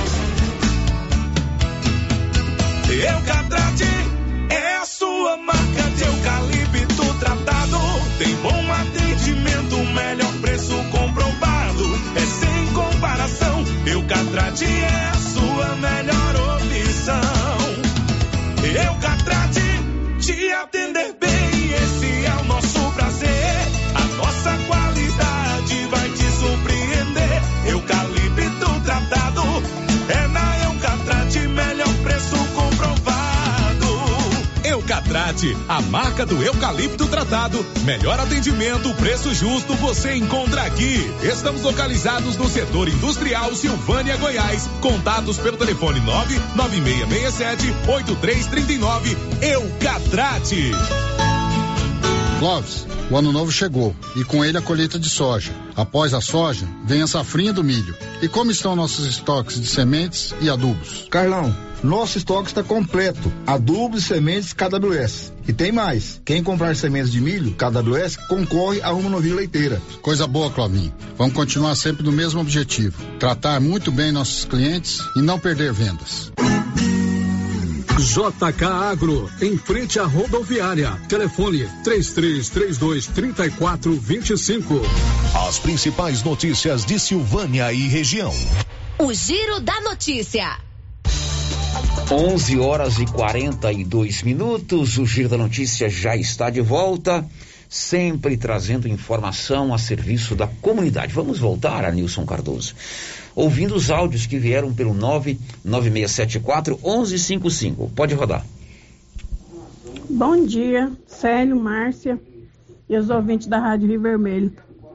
Eucatrate é a sua marca de eucalipto tratado. Tem bom atendimento, melhor preço comprovado. É sem comparação. Eucatrate é a sua melhor opção. Eucatrate, te atender bem, esse é o nosso prazer. A nossa qualidade vai te surpreender. Eucalipto tratado é na Eucatrate, melhor preço comprovado. Eucatrate, a marca do eucalipto tratado. Melhor atendimento, preço justo, você encontra aqui. Estamos localizados no setor industrial Silvânia, Goiás. Contatos pelo telefone nove nove seis seis sete oito três três nove. Eucatrate. Clóvis, o ano novo chegou e com ele a colheita de soja. Após a soja, vem a safrinha do milho. E como estão nossos estoques de sementes e adubos? Carlão, nosso estoque está completo. Adubos e sementes K W S. E tem mais. Quem comprar sementes de milho K W S concorre a uma novilha leiteira. Coisa boa, Clovinho. Vamos continuar sempre no mesmo objetivo. Tratar muito bem nossos clientes e não perder vendas. J K Agro, em frente à rodoviária. Telefone três três três dois, três quatro dois cinco. As principais notícias de Silvânia e região. O Giro da Notícia. onze horas e quarenta e dois minutos. O Giro da Notícia já está de volta, sempre trazendo informação a serviço da comunidade. Vamos voltar a Nilson Cardoso, ouvindo os áudios que vieram pelo nove nove seis sete quatro, um um cinco cinco. Pode rodar. Bom dia, Célio, Márcia e os ouvintes da Rádio Rio Vermelho.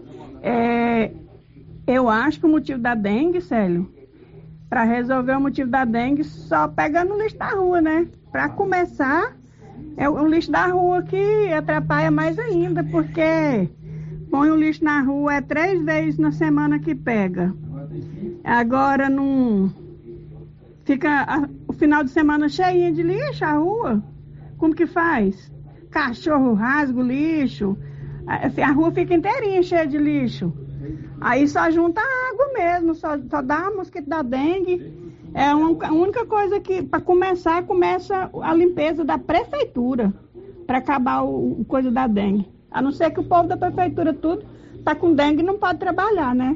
É, eu acho que o motivo da dengue, Célio, para resolver o motivo da dengue, só pegando o lixo da rua, né? Para começar, é o lixo da rua que atrapalha mais ainda, porque põe o lixo na rua, é três vezes na semana que pega. Agora não fica a, o final de semana cheinha de lixo a rua. Como que faz? Cachorro rasga o lixo, a, a rua fica inteirinha cheia de lixo. Aí só junta água mesmo, só, só dá mosquito da dengue. É uma, a única coisa que, para começar, começa a limpeza da prefeitura, para acabar o, o coisa da dengue. A não ser que o povo da prefeitura tudo tá com dengue e não pode trabalhar, né?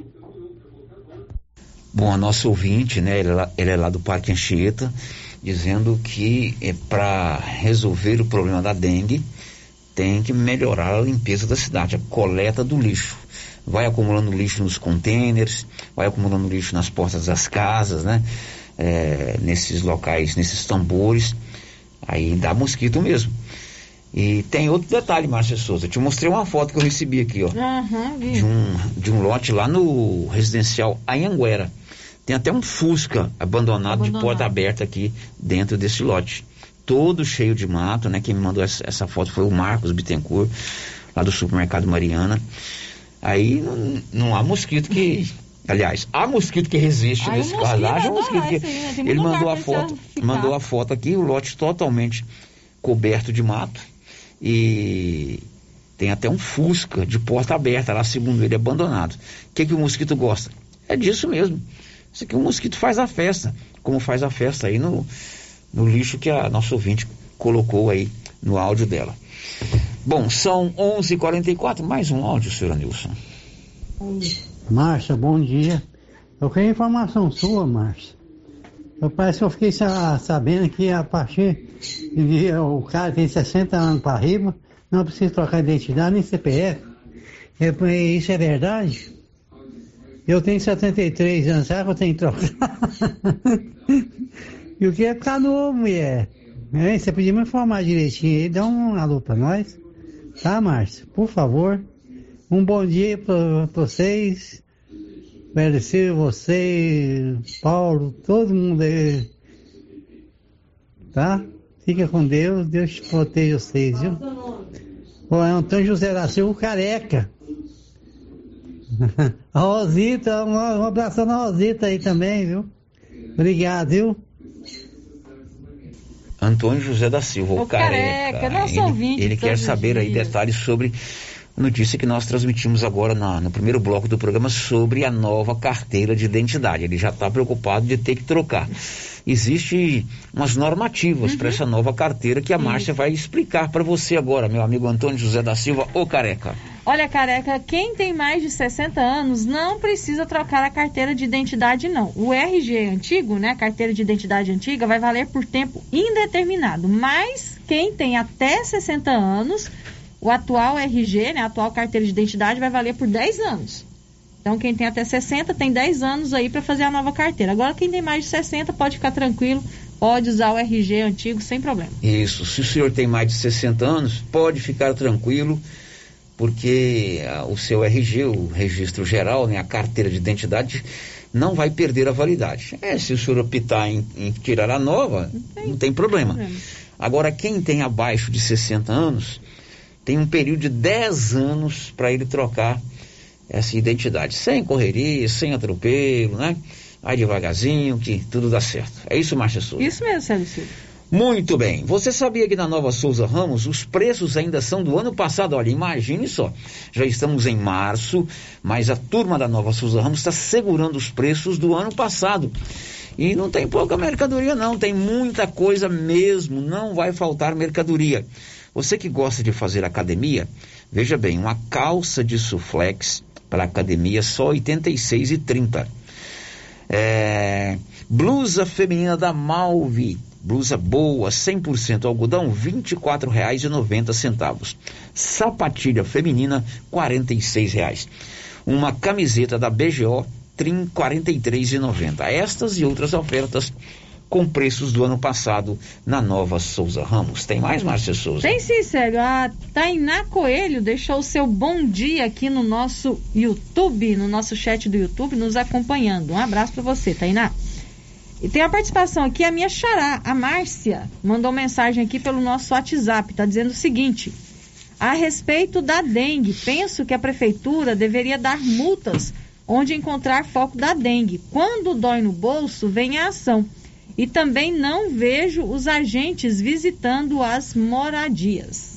Bom, a nossa ouvinte, né, ele é lá, ele é lá do Parque Anchieta, dizendo que é para resolver o problema da dengue, tem que melhorar a limpeza da cidade, a coleta do lixo. Vai acumulando lixo nos contêineres, vai acumulando lixo nas portas das casas, né? É, nesses locais, nesses tambores, aí dá mosquito mesmo. E tem outro detalhe, Márcia Souza, eu te mostrei uma foto que eu recebi aqui, ó, uhum, de, um, de um lote lá no residencial Anhanguera. Tem até um Fusca abandonado, abandonado de porta aberta aqui dentro desse lote, todo cheio de mato, né? Quem me mandou essa, essa foto foi o Marcos Bittencourt, lá do supermercado Mariana. Aí não, não há mosquito que, aliás, há mosquito que resiste aí nesse caso. Há mosquito que, aí, ele mandou a foto, mandou a foto aqui, o lote totalmente coberto de mato e Tem até um Fusca de porta aberta lá, segundo ele, abandonado. O que, que o mosquito gosta? É disso mesmo. Isso aqui o mosquito faz a festa, como faz a festa aí no, no lixo que a nossa ouvinte colocou aí no áudio dela. Bom, são onze e quarenta e quatro, mais um áudio, senhora Nilson. Márcia, bom dia. Eu queria informação sua, Márcia. Eu parece que eu fiquei sabendo que a partir de o cara tem sessenta anos para arriba, não precisa trocar identidade nem C P F. É, isso é verdade? Eu tenho setenta e três anos, será que eu tenho que trocar? E o que é ficar novo, mulher? É, você podia me informar direitinho aí, dá um alô pra nós. Tá, Márcia? Por favor. Um bom dia pra, pra vocês. Agradecer você, Paulo, todo mundo aí. Tá? Fica com Deus, Deus te proteja vocês, viu? O Antônio José da Silva Careca. A Rosita, um, um abraço na Rosita aí também, viu? Obrigado, viu? Antônio José da Silva, o, o Careca. Careca nosso ele, ouvinte ele quer saber aí detalhes sobre a notícia que nós transmitimos agora na, no primeiro bloco do programa sobre a nova carteira de identidade. Ele já está preocupado de ter que trocar. Existem umas normativas uhum. para essa nova carteira que a Márcia vai explicar para você agora, meu amigo Antônio José da Silva, o Careca. Olha, Careca, quem tem mais de sessenta anos não precisa trocar a carteira de identidade, não. O R G antigo, né, carteira de identidade antiga, vai valer por tempo indeterminado. Mas quem tem até sessenta anos, o atual R G, né, a atual carteira de identidade, vai valer por dez anos. Então, quem tem até sessenta tem dez anos aí para fazer a nova carteira. Agora, quem tem mais de sessenta pode ficar tranquilo, pode usar o R G antigo sem problema. Isso, se o senhor tem mais de sessenta anos, pode ficar tranquilo, porque ah, o seu R G, o registro geral, né, a carteira de identidade, não vai perder a validade. É, se o senhor optar em, em tirar a nova, não tem, não tem problema. problema. Agora, quem tem abaixo de sessenta anos, tem um período de dez anos para ele trocar essa identidade, sem correria, sem atropelo, né? Vai devagarzinho que tudo dá certo. É isso, Márcia Souza? Isso mesmo, Sérgio Silva. Muito bem. Você sabia que na Nova Souza Ramos os preços ainda são do ano passado? Olha, imagine só. Já estamos em março, mas a turma da Nova Souza Ramos está segurando os preços do ano passado. E não tem pouca mercadoria não, tem muita coisa mesmo, não vai faltar mercadoria. Você que gosta de fazer academia, veja bem, uma calça de suflex para academia só oitenta e seis reais e trinta centavos. É, blusa feminina da Malve, blusa boa, cem por cento algodão, vinte e quatro reais e noventa centavos. Sapatilha feminina, quarenta e seis reais. Uma camiseta da B G O, quarenta e três reais e noventa centavos. Estas e outras ofertas com preços do ano passado na Nova Souza Ramos. Tem mais, Márcia Souza? Tem sim, Sérgio. A Tainá Coelho deixou o seu bom dia aqui no nosso YouTube, no nosso chat do YouTube, nos acompanhando. Um abraço para você, Tainá. E tem a participação aqui, a minha xará, a Márcia, mandou mensagem aqui pelo nosso WhatsApp, tá dizendo o seguinte: a respeito da dengue, penso que a prefeitura deveria dar multas onde encontrar foco da dengue. Quando dói no bolso, vem a ação. E também não vejo os agentes visitando as moradias.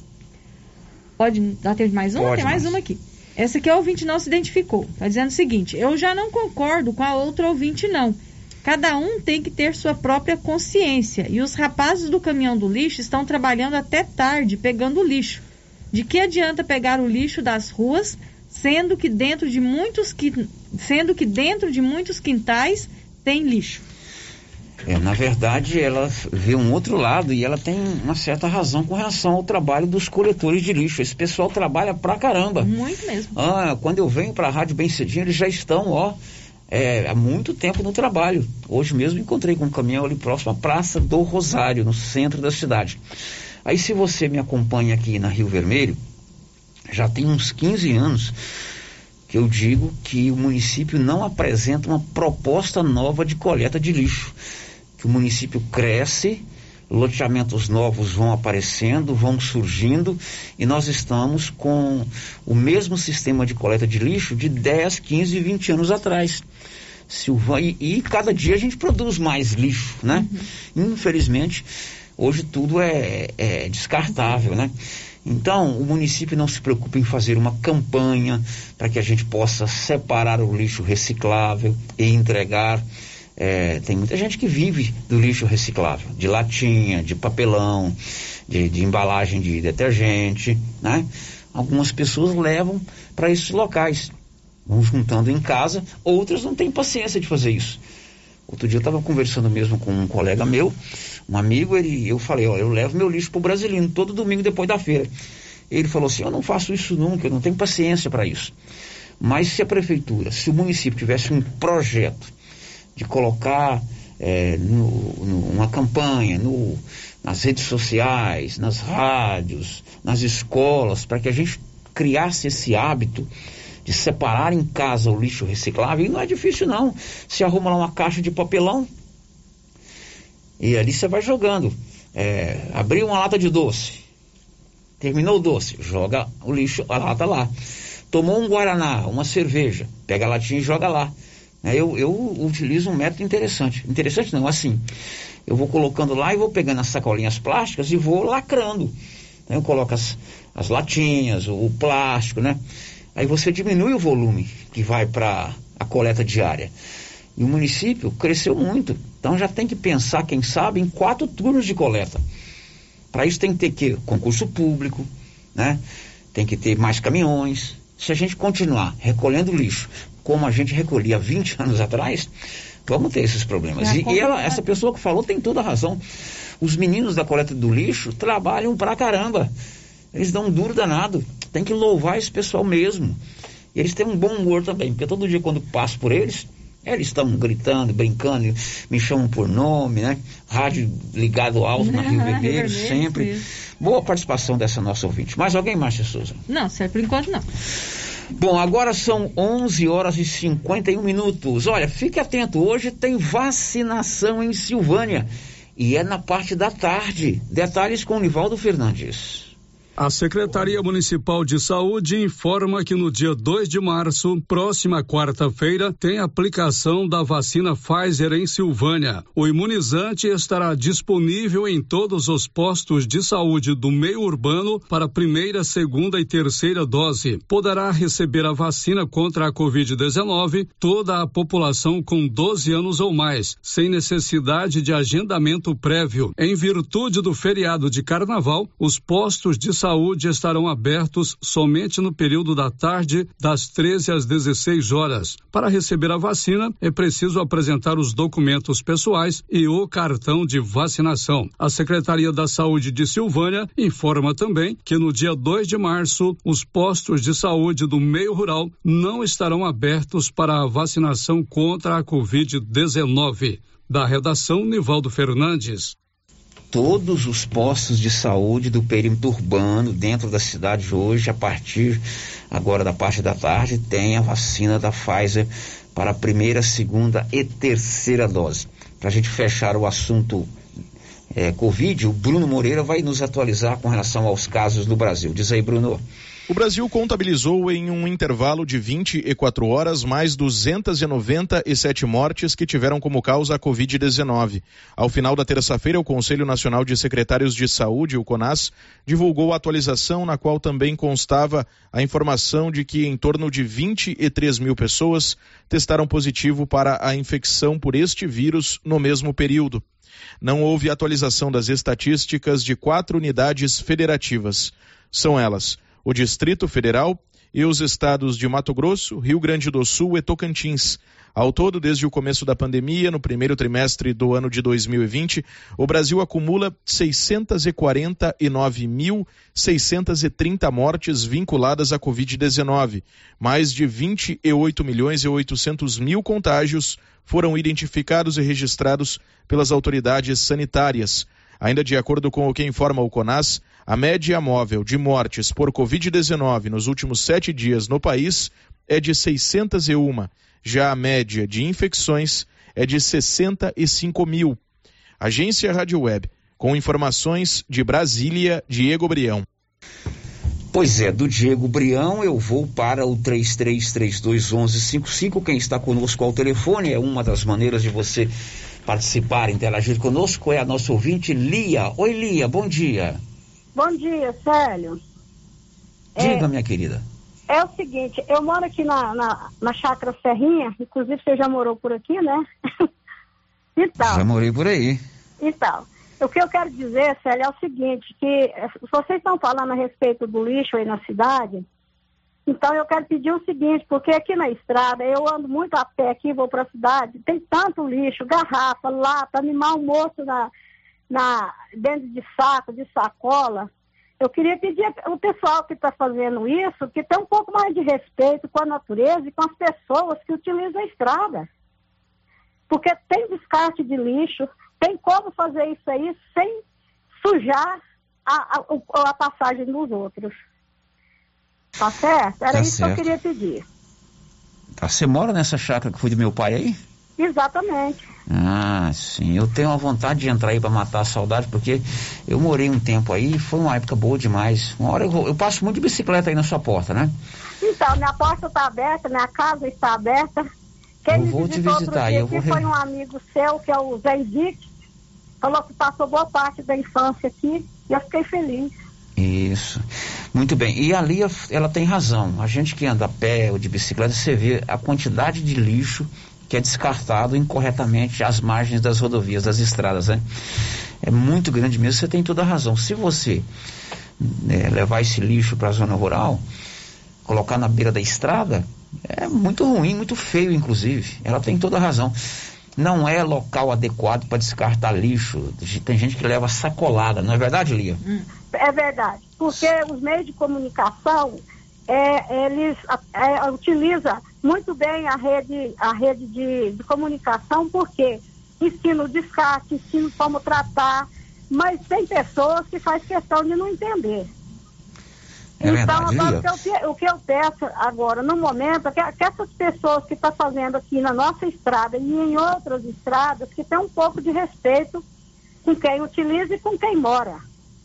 Pode dar tempo de mais uma? Pode, tem mais mas... uma aqui. Essa aqui o ouvinte não se identificou. Está dizendo o seguinte: eu já não concordo com a outra ouvinte, não. Cada um tem que ter sua própria consciência. E os rapazes do caminhão do lixo estão trabalhando até tarde pegando lixo. De que adianta pegar o lixo das ruas, sendo que dentro de muitos, qui... sendo que dentro de muitos quintais tem lixo? É, na verdade, ela vê um outro lado e ela tem uma certa razão com relação ao trabalho dos coletores de lixo. Esse pessoal trabalha pra caramba. Muito mesmo. Ah, quando eu venho pra rádio bem cedinho, eles já estão, ó, é, há muito tempo no trabalho. Hoje mesmo encontrei com um caminhão ali próximo à Praça do Rosário, no centro da cidade. Aí, se você me acompanha aqui na Rio Vermelho, já tem uns quinze anos que eu digo que o município não apresenta uma proposta nova de coleta de lixo. Que o município cresce, loteamentos novos vão aparecendo, vão surgindo, e nós estamos com o mesmo sistema de coleta de lixo de dez, quinze, vinte anos atrás. Silva, e, e cada dia a gente produz mais lixo, né? Uhum. Infelizmente, hoje tudo é, é descartável, né? Então, o município não se preocupa em fazer uma campanha para que a gente possa separar o lixo reciclável e entregar. É, tem muita gente que vive do lixo reciclável, de latinha, de papelão, de, de embalagem de detergente, né? Algumas pessoas levam para esses locais, vão juntando em casa, outras não têm paciência de fazer isso. Outro dia eu estava conversando mesmo com um colega meu, um amigo, ele, eu falei, ó, eu levo meu lixo pro Brasilino todo domingo depois da feira. Ele falou assim, eu não faço isso nunca, eu não tenho paciência para isso. Mas se a prefeitura, se o município tivesse um projeto de colocar é, no, no, uma campanha no, nas redes sociais, nas rádios, nas escolas, para que a gente criasse esse hábito de separar em casa o lixo reciclável, e não é difícil não. Você arruma lá uma caixa de papelão e ali você vai jogando. É, abriu uma lata de doce, terminou o doce, joga o lixo, a lata lá. Tomou um guaraná, uma cerveja, pega a latinha e joga lá. Eu, eu utilizo um método interessante. Interessante não, assim, eu vou colocando lá e vou pegando as sacolinhas plásticas e vou lacrando. Eu coloco as, as latinhas, o, o plástico, né? Aí você diminui o volume que vai para a coleta diária. E o município cresceu muito. Então já tem que pensar, quem sabe, em quatro turnos de coleta. Para isso tem que ter que, concurso público, né? Tem que ter mais caminhões. Se a gente continuar recolhendo lixo como a gente recolhia vinte anos atrás, vamos ter esses problemas. E, e ela, essa pessoa que falou tem toda a razão. Os meninos da coleta do lixo trabalham pra caramba. Eles dão um duro danado. Tem que louvar esse pessoal mesmo. E eles têm um bom humor também, porque todo dia quando passo por eles, eles estão gritando, brincando, me chamam por nome, né? Rádio ligado alto na Rio Vermelho, sempre. Isso. Boa participação dessa nossa ouvinte. Mais alguém, Márcia Souza? Não, certo, por enquanto não. Bom, agora são onze horas e cinquenta e um minutos. Olha, fique atento, hoje tem vacinação em Silvânia e é na parte da tarde. Detalhes com o Nivaldo Fernandes. A Secretaria Municipal de Saúde informa que no dia dois de março, próxima quarta-feira, tem aplicação da vacina Pfizer em Silvânia. O imunizante estará disponível em todos os postos de saúde do meio urbano para primeira, segunda e terceira dose. Poderá receber a vacina contra a covid dezenove toda a população com doze anos ou mais, sem necessidade de agendamento prévio. Em virtude do feriado de carnaval, os postos de saúde saúde estarão abertos somente no período da tarde, das treze às dezesseis horas. Para receber a vacina, é preciso apresentar os documentos pessoais e o cartão de vacinação. A Secretaria da Saúde de Silvânia informa também que no dia dois de março, os postos de saúde do meio rural não estarão abertos para a vacinação contra a covid dezenove. Da redação, Nivaldo Fernandes. Todos os postos de saúde do perímetro urbano dentro da cidade hoje, a partir agora da parte da tarde, tem a vacina da Pfizer para a primeira, segunda e terceira dose. Para a gente fechar o assunto é, Covid, o Bruno Moreira vai nos atualizar com relação aos casos no Brasil. Diz aí, Bruno. O Brasil contabilizou em um intervalo de vinte e quatro horas mais duzentas e noventa e sete mortes que tiveram como causa a covid dezenove. Ao final da terça-feira, o Conselho Nacional de Secretários de Saúde, o CONAS, divulgou a atualização na qual também constava a informação de que em torno de vinte e três mil pessoas testaram positivo para a infecção por este vírus no mesmo período. Não houve atualização das estatísticas de quatro unidades federativas. São elas: o Distrito Federal e os estados de Mato Grosso, Rio Grande do Sul e Tocantins. Ao todo, desde o começo da pandemia, no primeiro trimestre do ano de dois mil e vinte, o Brasil acumula seiscentos e quarenta e nove mil, seiscentos e trinta mortes vinculadas à covid dezenove. Mais de vinte e oito milhões e oitocentos mil contágios foram identificados e registrados pelas autoridades sanitárias. Ainda de acordo com o que informa o CONAS, a média móvel de mortes por covid dezenove nos últimos sete dias no país é de seiscentos e um. Já a média de infecções é de sessenta e cinco mil. Agência Rádio Web, com informações de Brasília, Diego Brião. Pois é, do Diego Brião eu vou para o três três três dois, onze cinquenta e cinco. Quem está conosco ao telefone é uma das maneiras de você participar, interagir conosco, é a nossa ouvinte Lia. Oi, Lia, bom dia. Bom dia, Célio. Diga, é, minha querida. É o seguinte, eu moro aqui na, na, na Chácara Serrinha, inclusive você já morou por aqui, né? Então, já morei por aí. Então, o que eu quero dizer, Célia, é o seguinte, que vocês estão falando a respeito do lixo aí na cidade, então eu quero pedir o seguinte, porque aqui na estrada, eu ando muito a pé aqui, vou para a cidade, tem tanto lixo, garrafa, lata, animal morto na, na, dentro de saco, de sacola. Eu queria pedir ao pessoal que está fazendo isso, que tem um pouco mais de respeito com a natureza e com as pessoas que utilizam a estrada. Porque tem descarte de lixo, tem como fazer isso aí sem sujar a, a, a passagem dos outros. Tá certo? Era tá isso certo. que eu queria pedir. Tá, você mora nessa chácara que foi do meu pai aí? Exatamente. Ah, sim. Eu tenho uma vontade de entrar aí para matar a saudade, porque eu morei um tempo aí, foi uma época boa demais. Uma hora eu, eu passo muito de bicicleta aí na sua porta, né? Então, minha porta está aberta, minha casa está aberta. Quem eu vou te visitar. Dia eu vou aqui foi um amigo seu, que é o Zé Henrique, falou que passou boa parte da infância aqui, e eu fiquei feliz. Isso. Muito bem. E ali ela tem razão. A gente que anda a pé ou de bicicleta, você vê a quantidade de lixo que é descartado incorretamente às margens das rodovias, das estradas, né? É muito grande mesmo, você tem toda a razão. Se você né, levar esse lixo para a zona rural, colocar na beira da estrada, é muito ruim, muito feio, inclusive. Ela tem toda a razão. Não é local adequado para descartar lixo. Tem gente que leva sacolada, não é verdade, Lia? É verdade, porque os meios de comunicação, é, eles é, utilizam muito bem a rede, a rede de, de comunicação, porque ensina o descarte, ensina como tratar, mas tem pessoas que fazem questão de não entender. É então, verdade, agora, o, que eu, o que eu peço agora, no momento, é que, que essas pessoas que estão fazendo aqui na nossa estrada e em outras estradas, que tenham um pouco de respeito com quem utiliza e com quem mora.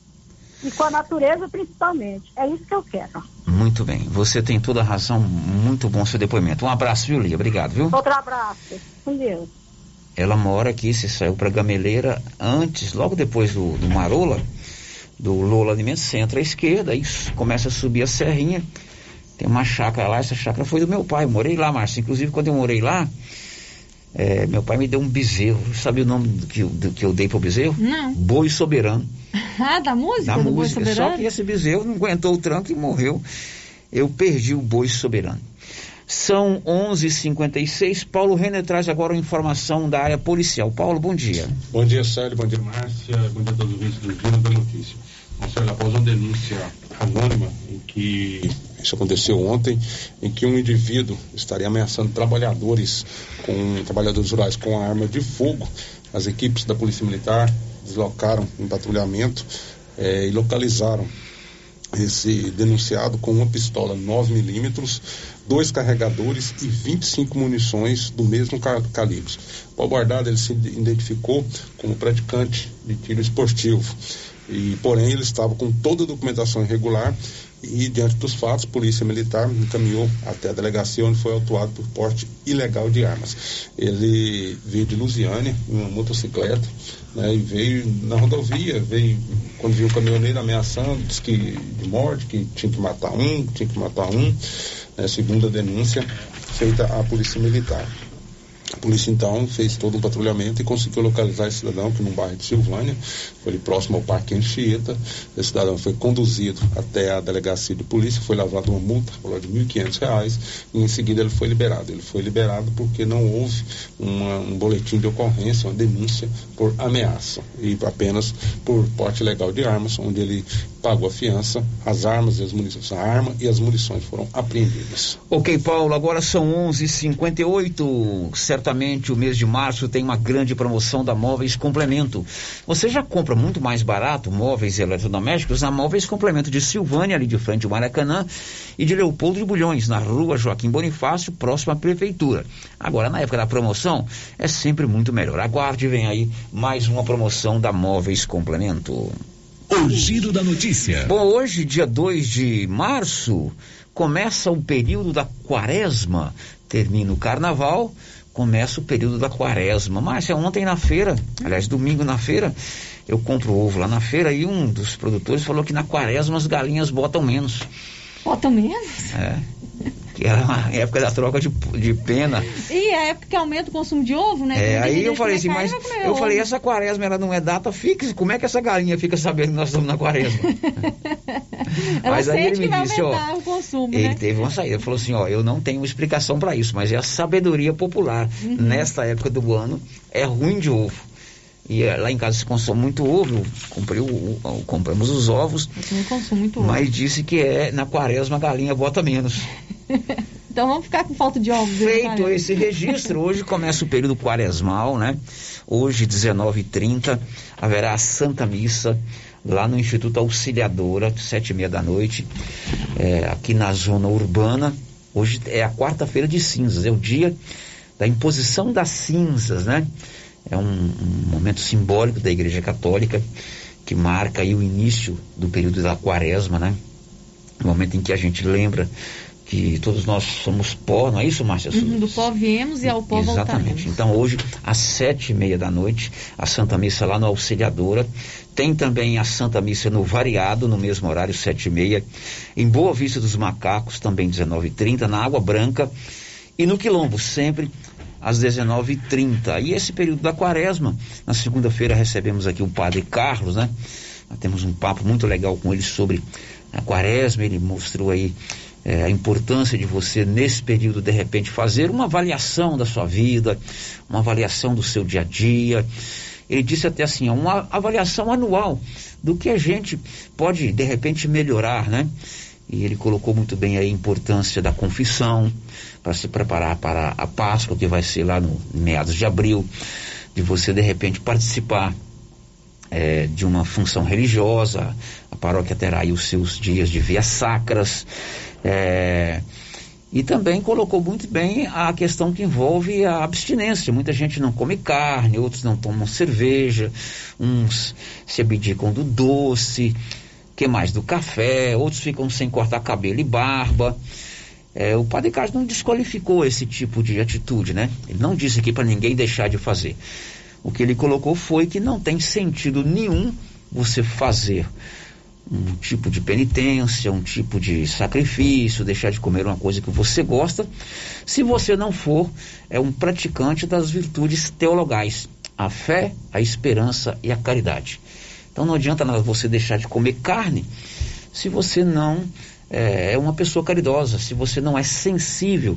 E com a natureza, principalmente. É isso que eu quero. Muito bem. Você tem toda a razão. Muito bom seu depoimento. Um abraço, viu, Lia? Obrigado, viu? Outro abraço. Com Deus. Ela mora aqui, se saiu para Gameleira antes, logo depois do, do Marola, do Lola Alimentos, você entra à esquerda, aí começa a subir a serrinha. Tem uma chácara lá, essa chácara foi do meu pai. Eu morei lá, Márcio. Inclusive, quando eu morei lá, é, meu pai me deu um bezerro. Sabe o nome do que, do que eu dei pro bezerro? Não. Boi Soberano. Ah, da música? Da do música. Boi Soberano? Só que esse bezerro não aguentou o tranco e morreu. Eu perdi o Boi Soberano. São onze e cinquenta e seis. Paulo Renner traz agora uma informação da área policial. Paulo, bom dia. Bom dia, Célio. Bom dia, Márcia. Bom dia a todos os ouvintes do Giro da Notícia. Marcelo, após uma denúncia anônima em que isso aconteceu ontem, em que um indivíduo estaria ameaçando trabalhadores com trabalhadores rurais com a arma de fogo, as equipes da Polícia Militar deslocaram em patrulhamento eh, e localizaram esse denunciado com uma pistola nove milímetros, dois carregadores e vinte e cinco munições do mesmo calibre. O abordado, ele se identificou como praticante de tiro esportivo. E, porém, ele estava com toda a documentação irregular e, diante dos fatos, a Polícia Militar encaminhou até a delegacia, onde foi autuado por porte ilegal de armas. Ele veio de Lusiânia, em uma motocicleta, né, e veio na rodovia, veio, quando viu o caminhoneiro ameaçando, disse que de morte, que tinha que matar um, tinha que matar um, né, segundo a denúncia feita à Polícia Militar. A polícia, então, fez todo um patrulhamento e conseguiu localizar esse cidadão, que no bairro de Silvânia, foi ali próximo ao Parque Anchieta. Esse cidadão foi conduzido até a delegacia de polícia, foi levado uma multa, valor de mil e quinhentos reais, e em seguida ele foi liberado. Ele foi liberado porque não houve uma, um boletim de ocorrência, uma denúncia por ameaça, e apenas por porte ilegal de armas, onde ele pagou a fiança, as armas e as munições, a arma e as munições foram apreendidas. Ok, Paulo, agora são onze e cinquenta e oito. Certamente o mês de março tem uma grande promoção da Móveis Complemento. Você já compra muito mais barato móveis e eletrodomésticos na Móveis Complemento de Silvânia, ali de frente ao Maracanã, e de Leopoldo de Bulhões, na rua Joaquim Bonifácio, próximo à Prefeitura. Agora, na época da promoção, é sempre muito melhor. Aguarde, vem aí mais uma promoção da Móveis Complemento. O Giro da Notícia. Bom, hoje, dia dois de março, começa o período da quaresma. Termina o carnaval, começa o período da quaresma. Márcia, ontem na feira, aliás, domingo na feira, eu compro ovo lá na feira e um dos produtores falou que na quaresma as galinhas botam menos. Bota menos? É. Que era a época da troca de, de pena. E a época que aumenta o consumo de ovo, né? É, aí eu falei assim, carne, mas eu ovo. falei, essa quaresma ela não é data fixa, como é que essa galinha fica sabendo que nós estamos na quaresma? Mas aí ele me disse, ó, o consumo, ele né? teve uma saída, ele falou assim, ó, eu não tenho explicação para isso, mas é a sabedoria popular. Uhum. Nesta época do ano é ruim de ovo. E lá em casa se consome muito ovo, comprei o, o, compramos os ovos. Eu também consumo muito ovo. Mas disse que é na quaresma a galinha bota menos. Então vamos ficar com falta de ovos. Feito esse registro, hoje começa o período quaresmal, né? Hoje, dezenove e trinta, haverá a Santa Missa lá no Instituto Auxiliadora, sete e meia da noite, é, aqui na zona urbana. Hoje é a quarta-feira de cinzas, é o dia da imposição das cinzas, né? É um, um momento simbólico da Igreja Católica que marca aí o início do período da quaresma, né? O momento em que a gente lembra que todos nós somos pó, não é isso, Márcia? Uhum, do pó viemos e ao pó voltaremos. Exatamente. Então hoje, às sete e meia da noite, a Santa Missa lá no Auxiliadora. Tem também a Santa Missa no Variado, no mesmo horário, sete e meia. Em Boa Vista dos Macacos, também dezenove e trinta. Na Água Branca. E no Quilombo, sempre às dezenove e trinta. E esse período da quaresma, na segunda-feira recebemos aqui o Padre Carlos, né? Nós temos um papo muito legal com ele sobre a quaresma. Ele mostrou aí é, a importância de você, nesse período, de repente, fazer uma avaliação da sua vida, uma avaliação do seu dia a dia. Ele disse até assim, uma avaliação anual do que a gente pode, de repente, melhorar, né? E ele colocou muito bem aí a importância da confissão, para se preparar para a Páscoa, que vai ser lá no meados de abril, de você, de repente, participar é, de uma função religiosa. A paróquia terá aí os seus dias de vias sacras, é, e também colocou muito bem a questão que envolve a abstinência. Muita gente não come carne, outros não tomam cerveja, uns se abdicam do doce, que mais? Do café, outros ficam sem cortar cabelo e barba. É, o Padre Carlos não desqualificou esse tipo de atitude, né? Ele não disse aqui para ninguém deixar de fazer. O que ele colocou foi que não tem sentido nenhum você fazer um tipo de penitência, um tipo de sacrifício, deixar de comer uma coisa que você gosta, se você não for é um praticante das virtudes teologais, a fé, a esperança e a caridade. Então não adianta nada você deixar de comer carne se você não é, é uma pessoa caridosa, se você não é sensível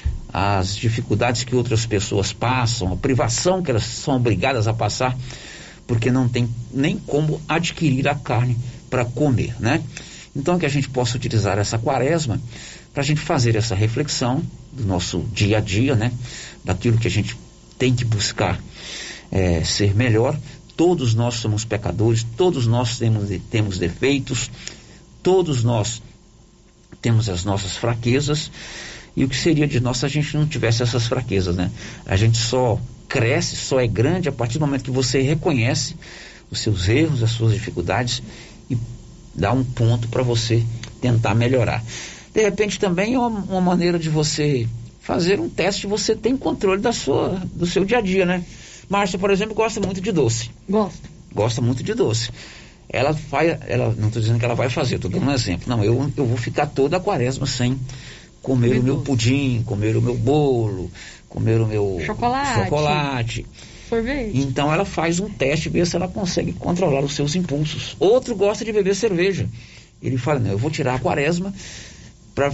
às dificuldades que outras pessoas passam, a privação que elas são obrigadas a passar, porque não tem nem como adquirir a carne para comer, né? Então que a gente possa utilizar essa quaresma para a gente fazer essa reflexão do nosso dia a dia, né? Daquilo que a gente tem que buscar é, ser melhor. Todos nós somos pecadores, todos nós temos, temos defeitos, todos nós temos as nossas fraquezas, e o que seria de nós se a gente não tivesse essas fraquezas, né? A gente só cresce, só é grande a partir do momento que você reconhece os seus erros, as suas dificuldades e dá um ponto para você tentar melhorar. De repente também é uma, uma maneira de você fazer um teste, você tem controle da sua, do seu dia a dia, né? Márcia, por exemplo, gosta muito de doce. Gosto. Gosta muito de doce. Ela vai, ela, não estou dizendo que ela vai fazer, estou dando um exemplo. Não, eu, eu vou ficar toda a quaresma sem comer Meu o meu doce. pudim, comer o meu bolo, comer o meu chocolate. chocolate. Sorvete. Então ela faz um teste, vê se ela consegue controlar os seus impulsos. Outro gosta de beber cerveja. Ele fala, não, eu vou tirar a quaresma para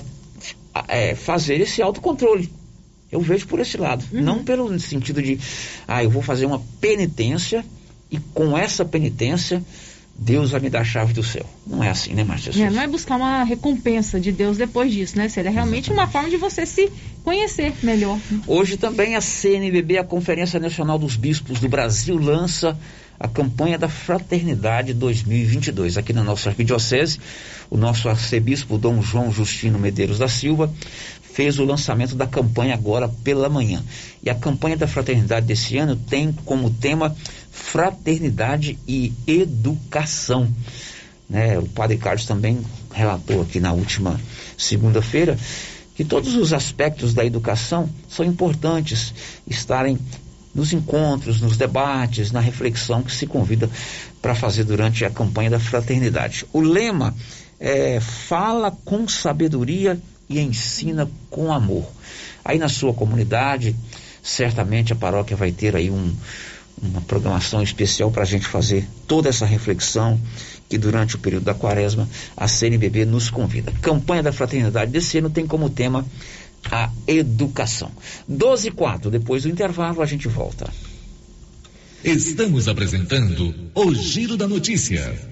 é, fazer esse autocontrole. Eu vejo por esse lado, uhum. Não pelo sentido de, ah, eu vou fazer uma penitência e com essa penitência Deus vai me dar a chave do céu. Não é assim, né, Márcia? É, não é buscar uma recompensa de Deus depois disso, né? Seria realmente Exatamente. Uma forma de você se conhecer melhor. Hoje também a C N B B, a Conferência Nacional dos Bispos do Brasil, lança a campanha da Fraternidade dois mil e vinte e dois. Aqui na nossa arquidiocese, o nosso arcebispo Dom João Justino Medeiros da Silva fez o lançamento da campanha agora pela manhã. E a campanha da Fraternidade desse ano tem como tema Fraternidade e Educação. Né? O Padre Carlos também relatou aqui na última segunda-feira que todos os aspectos da educação são importantes estarem nos encontros, nos debates, na reflexão que se convida para fazer durante a campanha da Fraternidade. O lema é, fala com sabedoria e ensina com amor. Aí na sua comunidade, certamente a paróquia vai ter aí um, uma programação especial para a gente fazer toda essa reflexão que durante o período da quaresma a C N B B nos convida. Campanha da Fraternidade desse ano tem como tema a educação. doze e quatro, depois do intervalo a gente volta. Estamos apresentando o Giro da Notícia.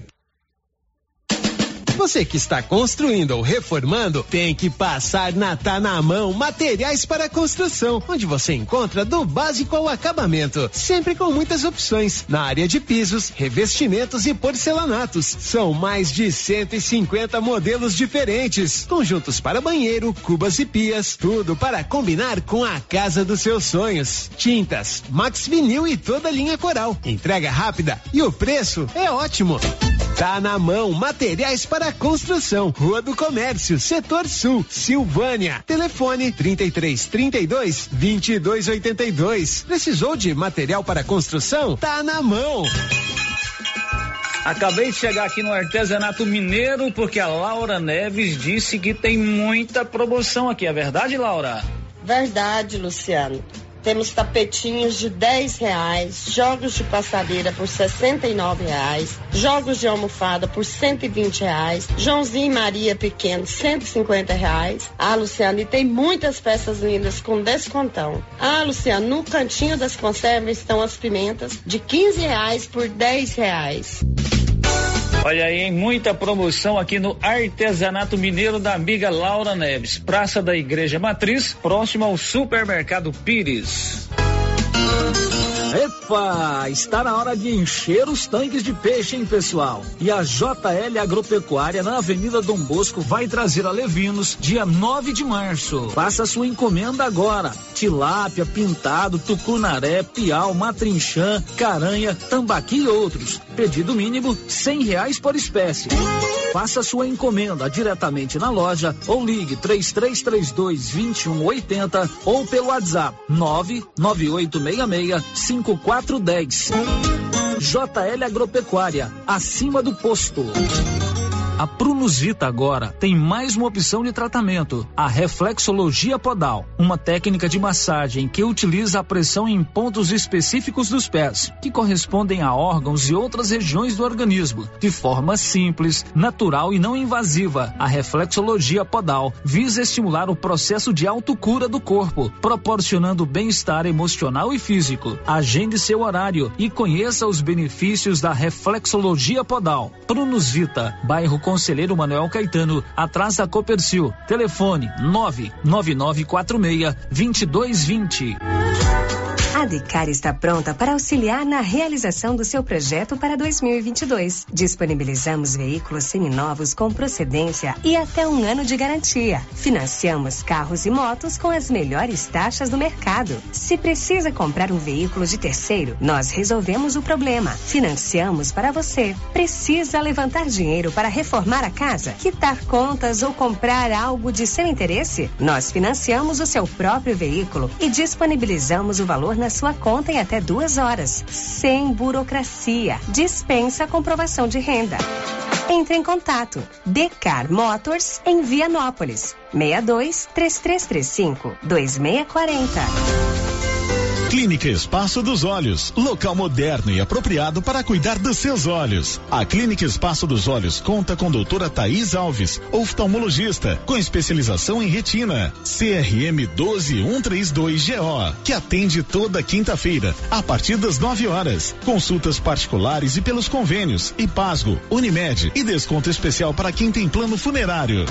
Você que está construindo ou reformando, tem que passar na Tá na Mão Materiais para Construção, onde você encontra do básico ao acabamento, sempre com muitas opções na área de pisos, revestimentos e porcelanatos. São mais de cento e cinquenta modelos diferentes, conjuntos para banheiro, cubas e pias, tudo para combinar com a casa dos seus sonhos. Tintas, Max Vinil e toda a linha Coral. Entrega rápida e o preço é ótimo. Tá na Mão Materiais para Construção, Rua do Comércio, Setor Sul, Silvânia. Telefone trinta e três, trinta e dois, vinte e dois oitenta e dois. Precisou de material para construção? Tá na mão. Acabei de chegar aqui no Artesanato Mineiro porque a Laura Neves disse que tem muita promoção aqui. É verdade, Laura? Verdade, Luciano. Temos tapetinhos de dez reais, jogos de passadeira por sessenta e nove reais, jogos de almofada por cento e vinte reais, Joãozinho e Maria pequeno cento e cinquenta reais. Ah, Luciano, e tem muitas peças lindas com descontão. Ah, Luciano, no cantinho das conservas estão as pimentas de quinze reais por dez reais. Olha aí, hein? Muita promoção aqui no Artesanato Mineiro da amiga Laura Neves. Praça da Igreja Matriz, próximo ao Supermercado Pires. Epa, está na hora de encher os tanques de peixe, hein, pessoal? E a J L Agropecuária na Avenida Dom Bosco vai trazer a Levinos dia nove de março. Faça sua encomenda agora. Tilápia, pintado, tucunaré, piau, matrinchã, caranha, tambaqui e outros. Pedido mínimo cem reais por espécie. Faça sua encomenda diretamente na loja ou ligue três três três dois, dois um oito zero ou pelo WhatsApp nove nove oito seis seis, cinco quatro um zero. J L Agropecuária, acima do posto. A Prunus Vita agora tem mais uma opção de tratamento, a reflexologia podal, uma técnica de massagem que utiliza a pressão em pontos específicos dos pés, que correspondem a órgãos e outras regiões do organismo, de forma simples, natural e não invasiva. A reflexologia podal visa estimular o processo de autocura do corpo, proporcionando bem-estar emocional e físico. Agende seu horário e conheça os benefícios da reflexologia podal. Prunus Vita, bairro Conselheiro Manuel Caetano, atrás da Copercil. Telefone nove nove nove quatro seis, dois dois dois zero. A Decar está pronta para auxiliar na realização do seu projeto para dois mil e vinte e dois. Disponibilizamos veículos seminovos com procedência e até um ano de garantia. Financiamos carros e motos com as melhores taxas do mercado. Se precisa comprar um veículo de terceiro, nós resolvemos o problema. Financiamos para você. Precisa levantar dinheiro para reformar a casa, quitar contas ou comprar algo de seu interesse? Nós financiamos o seu próprio veículo e disponibilizamos o valor na sua conta em até duas horas, sem burocracia. Dispensa a comprovação de renda. Entre em contato. Decar Motors em Vianópolis. seis dois, três três três cinco, dois seis quatro zero. Clínica Espaço dos Olhos, local moderno e apropriado para cuidar dos seus olhos. A Clínica Espaço dos Olhos conta com doutora Thaís Alves, oftalmologista, com especialização em retina, C R M um dois um três dois G O, que atende toda quinta-feira, a partir das nove horas. Consultas particulares e pelos convênios, Ipasgo, Unimed e desconto especial para quem tem plano funerário.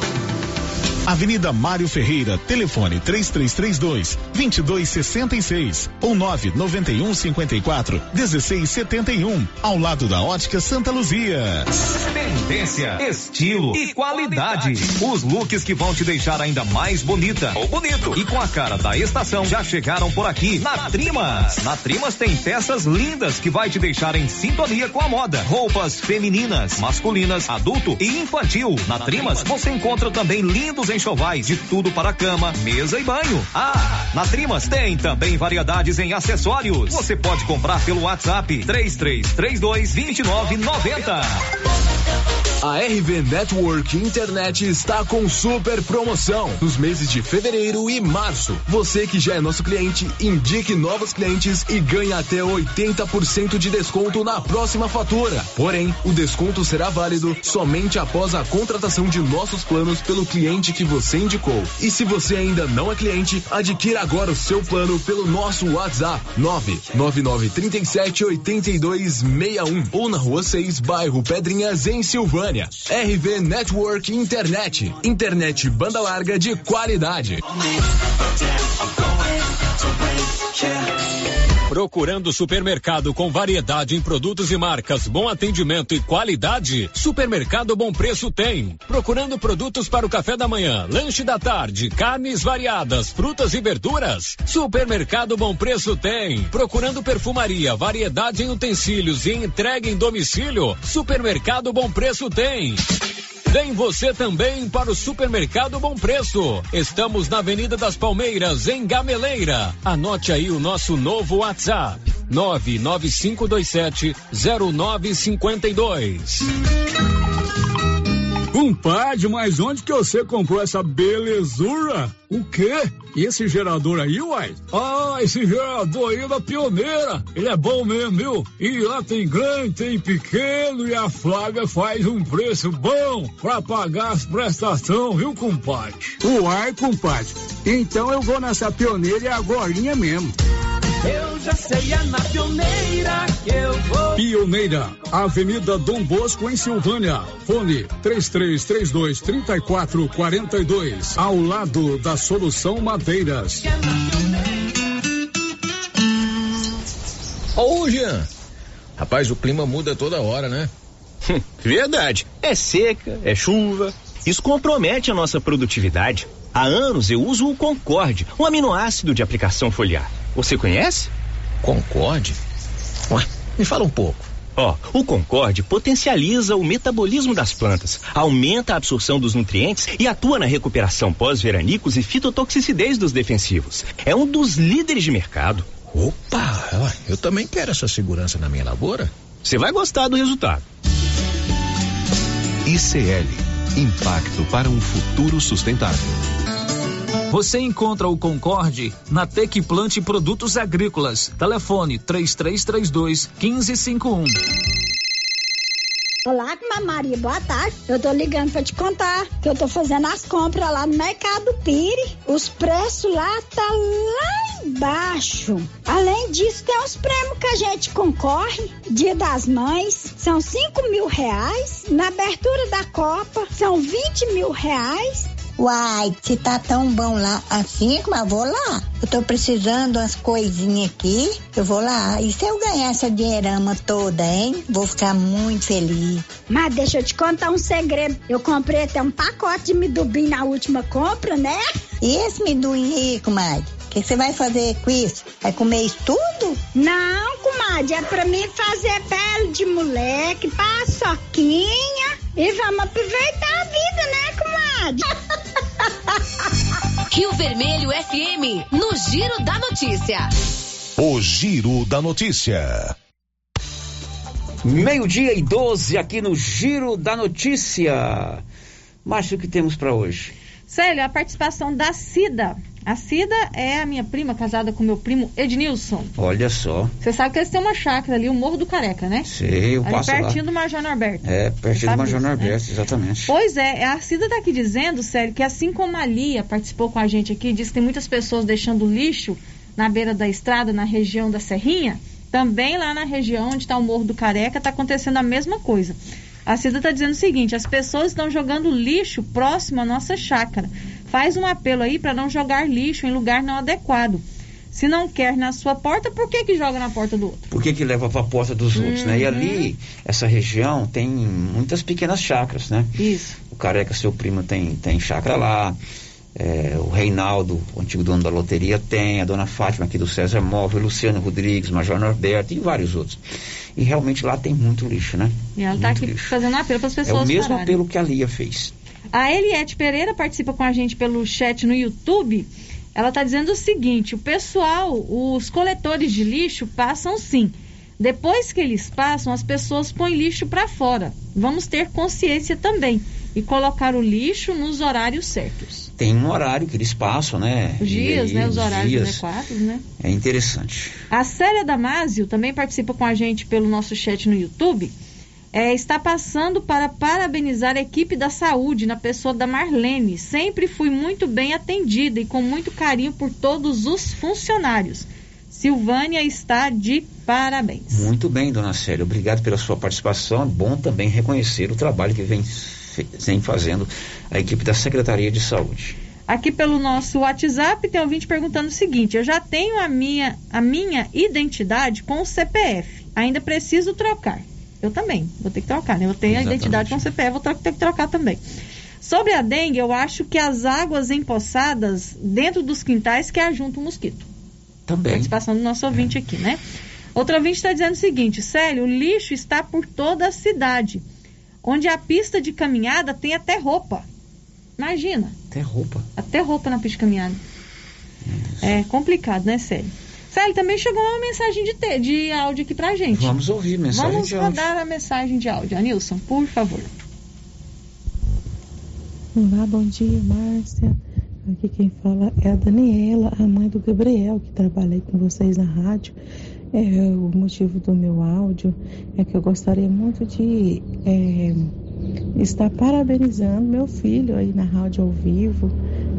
Avenida Mário Ferreira, telefone três três três dois, dois dois seis seis ou nove nove um cinco quatro, um seis sete um, ao lado da Ótica Santa Luzia. Tendência, estilo e qualidade. Os looks que vão te deixar ainda mais bonita ou bonito e com a cara da estação já chegaram por aqui na Trimas. Na Trimas tem peças lindas que vai te deixar em sintonia com a moda. Roupas femininas, masculinas, adulto e infantil. Na Trimas você encontra também lindos enxovais de tudo para cama, mesa e banho. Ah, na Trimas tem também variedades em acessórios. Você pode comprar pelo WhatsApp três três três dois, dois nove nove zero. A R V Network Internet está com super promoção nos meses de fevereiro e março. Você que já é nosso cliente, indique novos clientes e ganhe até oitenta por cento de desconto na próxima fatura. Porém, o desconto será válido somente após a contratação de nossos planos pelo cliente que você indicou. E se você ainda não é cliente, adquira agora o seu plano pelo nosso WhatsApp nove nove nove três sete oito dois seis um ou na Rua seis, bairro Pedrinhas, em Silvânia. R V Network Internet. Internet banda larga de qualidade. Procurando supermercado com variedade em produtos e marcas, bom atendimento e qualidade? Supermercado Bom Preço tem. Procurando produtos para o café da manhã, lanche da tarde, carnes variadas, frutas e verduras? Supermercado Bom Preço tem. Procurando perfumaria, variedade em utensílios e entrega em domicílio? Supermercado Bom Preço tem. Vem você também para o Supermercado Bom Preço. Estamos na Avenida das Palmeiras, em Gameleira. Anote aí o nosso novo WhatsApp: nove nove cinco dois sete zero nove cinco dois. Compadre, mas onde que você comprou essa belezura? O quê? E esse gerador aí, uai? Ah, esse gerador aí é da Pioneira. Ele é bom mesmo, viu? E lá tem grande, tem pequeno e a Flávia faz um preço bom pra pagar as prestações, viu, compadre? Uai, compadre. Então eu vou nessa Pioneira e agorinha mesmo. Eu já sei, é na Pioneira que eu vou. Pioneira, Avenida Dom Bosco, em Silvânia. Fone três três três dois, três quatro quatro dois. Ao lado da Solução Madeiras. Ô, Jean. Rapaz, o clima muda toda hora, né? Verdade. É seca, é chuva. Isso compromete a nossa produtividade. Há anos eu uso o Concorde, um aminoácido de aplicação foliar. Você conhece? Concorde? Ué, me fala um pouco. Ó, o Concorde potencializa o metabolismo das plantas, aumenta a absorção dos nutrientes e atua na recuperação pós-veranicos e fitotoxicidez dos defensivos. É um dos líderes de mercado. Opa, eu também quero essa segurança na minha lavoura. Você vai gostar do resultado. I C L, Impacto para um futuro sustentável. Você encontra o Concorde na Tec Plante Produtos Agrícolas. Telefone três três três dois, um cinco cinco um. Olá, Maria, boa tarde. Eu tô ligando pra te contar que eu tô fazendo as compras lá no Mercado Pire. Os preços lá tá lá embaixo. Além disso, tem os prêmios que a gente concorre. Dia das Mães, são cinco mil reais. Na abertura da Copa, são vinte mil reais. Uai, se tá tão bom lá assim, mas eu vou lá. Eu tô precisando umas coisinhas aqui, eu vou lá. E se eu ganhar essa dinheirama toda, hein? Vou ficar muito feliz. Mas deixa eu te contar um segredo. Eu comprei até um pacote de midubim na última compra, né? E esse midubim aí, comadre? O que você vai fazer com isso? Vai comer isso tudo? Não, comadre, é pra mim fazer pele de moleque, paçoquinha e vamos aproveitar a vida, né, comadre? Rio Vermelho F M, no Giro da Notícia. O Giro da Notícia. Meio-dia e doze aqui no Giro da Notícia. Márcio, o que temos para hoje? Célio, a participação da Cida. A Cida é a minha prima, casada com meu primo Ednilson. Olha só. Você sabe que eles têm uma chácara ali, o Morro do Careca, né? Sei, eu ali passo pertinho lá. do Major Norberto. É, pertinho do Major isso, Norberto, né? exatamente. Pois é, a Cida tá aqui dizendo, Célio, que assim como a Lia participou com a gente aqui, diz que tem muitas pessoas deixando lixo na beira da estrada, na região da Serrinha, também lá na região onde está o Morro do Careca, tá acontecendo a mesma coisa. A Cida está dizendo o seguinte: as pessoas estão jogando lixo próximo à nossa chácara. Faz um apelo aí para não jogar lixo em lugar não adequado. Se não quer na sua porta, por que que joga na porta do outro? Por que que leva para a porta dos uhum. outros, né? E ali, essa região tem muitas pequenas chácaras, né? Isso. O Careca, seu primo, tem, tem chácara lá. É, o Reinaldo, o antigo dono da loteria, tem. A dona Fátima aqui do César Móvel, Luciano Rodrigues, Major Norberto e vários outros. E realmente lá tem muito lixo, né? E ela está aqui lixo. Fazendo apelo para as pessoas. É o mesmo pararem. apelo que a Lia fez. A Eliette Pereira participa com a gente pelo chat no YouTube. Ela está dizendo o seguinte: o pessoal, os coletores de lixo passam sim, Depois que eles passam, as pessoas põem lixo para fora. Vamos ter consciência também e colocar o lixo nos horários certos. Tem um horário que eles passam, né? Os dias, aí, né? Os, os horários dias. adequados, né? É interessante. A Célia Damasio também participa com a gente pelo nosso chat no YouTube. É, está passando para parabenizar a equipe da saúde na pessoa da Marlene. Sempre fui muito bem atendida e com muito carinho por todos os funcionários. Silvânia está de parabéns. Muito bem, dona Célia. Obrigado pela sua participação. É bom também reconhecer o trabalho que vem, vem fazendo a equipe da Secretaria de Saúde. Aqui pelo nosso WhatsApp tem um ouvinte perguntando o seguinte: eu já tenho a minha, a minha identidade com o C P F. Ainda preciso trocar. Eu também, vou ter que trocar, né? Eu tenho Exatamente. a identidade com o C P F, vou ter que trocar também. Sobre a dengue, eu acho que as águas empoçadas dentro dos quintais que ajuntam o mosquito. Também. Participação do nosso ouvinte aqui, né? Outro ouvinte está dizendo o seguinte: Célio, o lixo está por toda a cidade. Onde a pista de caminhada tem até roupa. Imagina. Até roupa? Até roupa na pista de caminhada. Isso. É complicado, né, Célio? Célio, também chegou uma mensagem de, te, de áudio aqui pra gente. Vamos ouvir mensagem Vamos de áudio. Vamos rodar a mensagem de áudio. Anilson, por favor. Olá, bom dia, Márcia. Aqui quem fala é a Daniela, a mãe do Gabriel, que trabalha aí com vocês na rádio. É, o motivo do meu áudio é que eu gostaria muito de é, estar parabenizando meu filho aí na rádio ao vivo.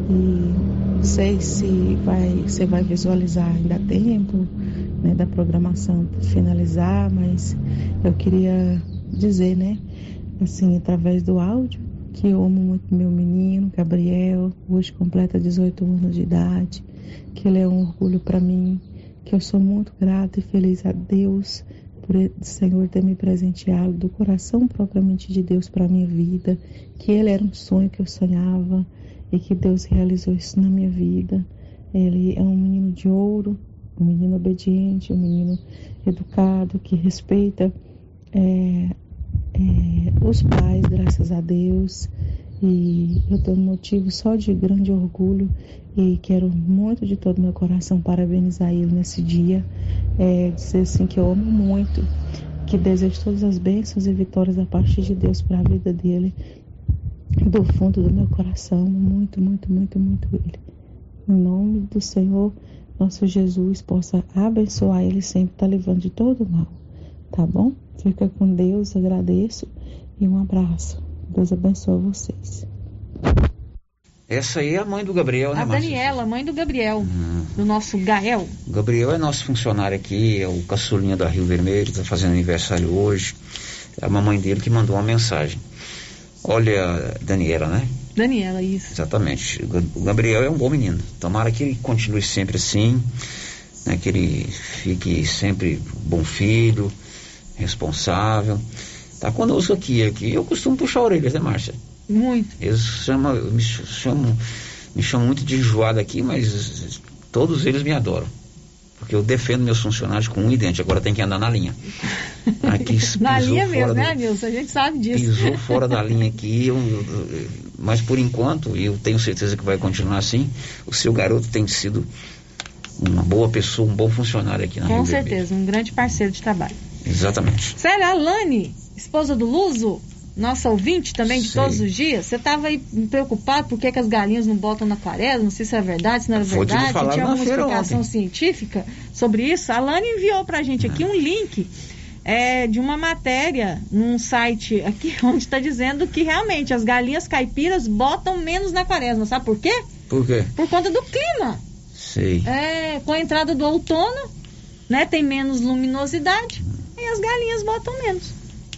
E não sei se vai, você vai visualizar ainda a tempo, né, da programação finalizar, mas eu queria dizer, né, assim, através do áudio, que eu amo muito meu menino, Gabriel, hoje completa dezoito anos de idade, que ele é um orgulho para mim, que eu sou muito grata e feliz a Deus por o Senhor ter me presenteado do coração propriamente de Deus para a minha vida, que ele era um sonho que eu sonhava e que Deus realizou isso na minha vida. Ele é um menino de ouro, um menino obediente, um menino educado, que respeita é, é, os pais, graças a Deus. E eu tenho um motivo só de grande orgulho e quero muito de todo meu coração parabenizar ele nesse dia, é, dizer assim que eu amo muito, que desejo todas as bênçãos e vitórias a partir de Deus para a vida dele, do fundo do meu coração, muito, muito, muito, muito ele. Em nome do Senhor, nosso Jesus, possa abençoar ele sempre, tá livrando de todo mal, tá bom? Fica com Deus, agradeço e um abraço. Deus abençoe vocês. Essa aí é a mãe do Gabriel, né, A Márcia? Daniela, mãe do Gabriel, hum. do nosso Gael. O Gabriel é nosso funcionário aqui, é o caçulinha da Rio Vermelho, está fazendo aniversário hoje. É a mamãe dele que mandou uma mensagem. Olha, Daniela, né? Daniela, isso. Exatamente. O Gabriel é um bom menino. Tomara que ele continue sempre assim, né? Que ele fique sempre bom filho, responsável. Tá conosco aqui, aqui. Eu costumo puxar orelhas, né, Márcia? Muito. Eles chamam, me chamam, me chamam muito de enjoado aqui, mas todos eles me adoram. Porque eu defendo meus funcionários com um e dente, agora tem que andar na linha. Aqui na linha mesmo, do, né, Nilson? A gente sabe disso. Pisou fora da linha aqui, eu, eu, mas por enquanto, e eu tenho certeza que vai continuar assim, o seu garoto tem sido uma boa pessoa, um bom funcionário aqui na Rio Vermelho. Com certeza, Vermelho. Um grande parceiro de trabalho. Exatamente. Sério, a Lani, esposa do Luso, nossa ouvinte também de Sei. todos os dias, você estava aí preocupado por que, que as galinhas não botam na quaresma, não sei se é verdade, se não é Vou verdade, tinha alguma explicação ontem. científica sobre isso. A Lani enviou pra gente aqui um link é, de uma matéria num site aqui onde está dizendo que realmente as galinhas caipiras botam menos na quaresma, sabe por quê? Por quê? Por conta do clima. Sei. É, com a entrada do outono, né, tem menos luminosidade e as galinhas botam menos.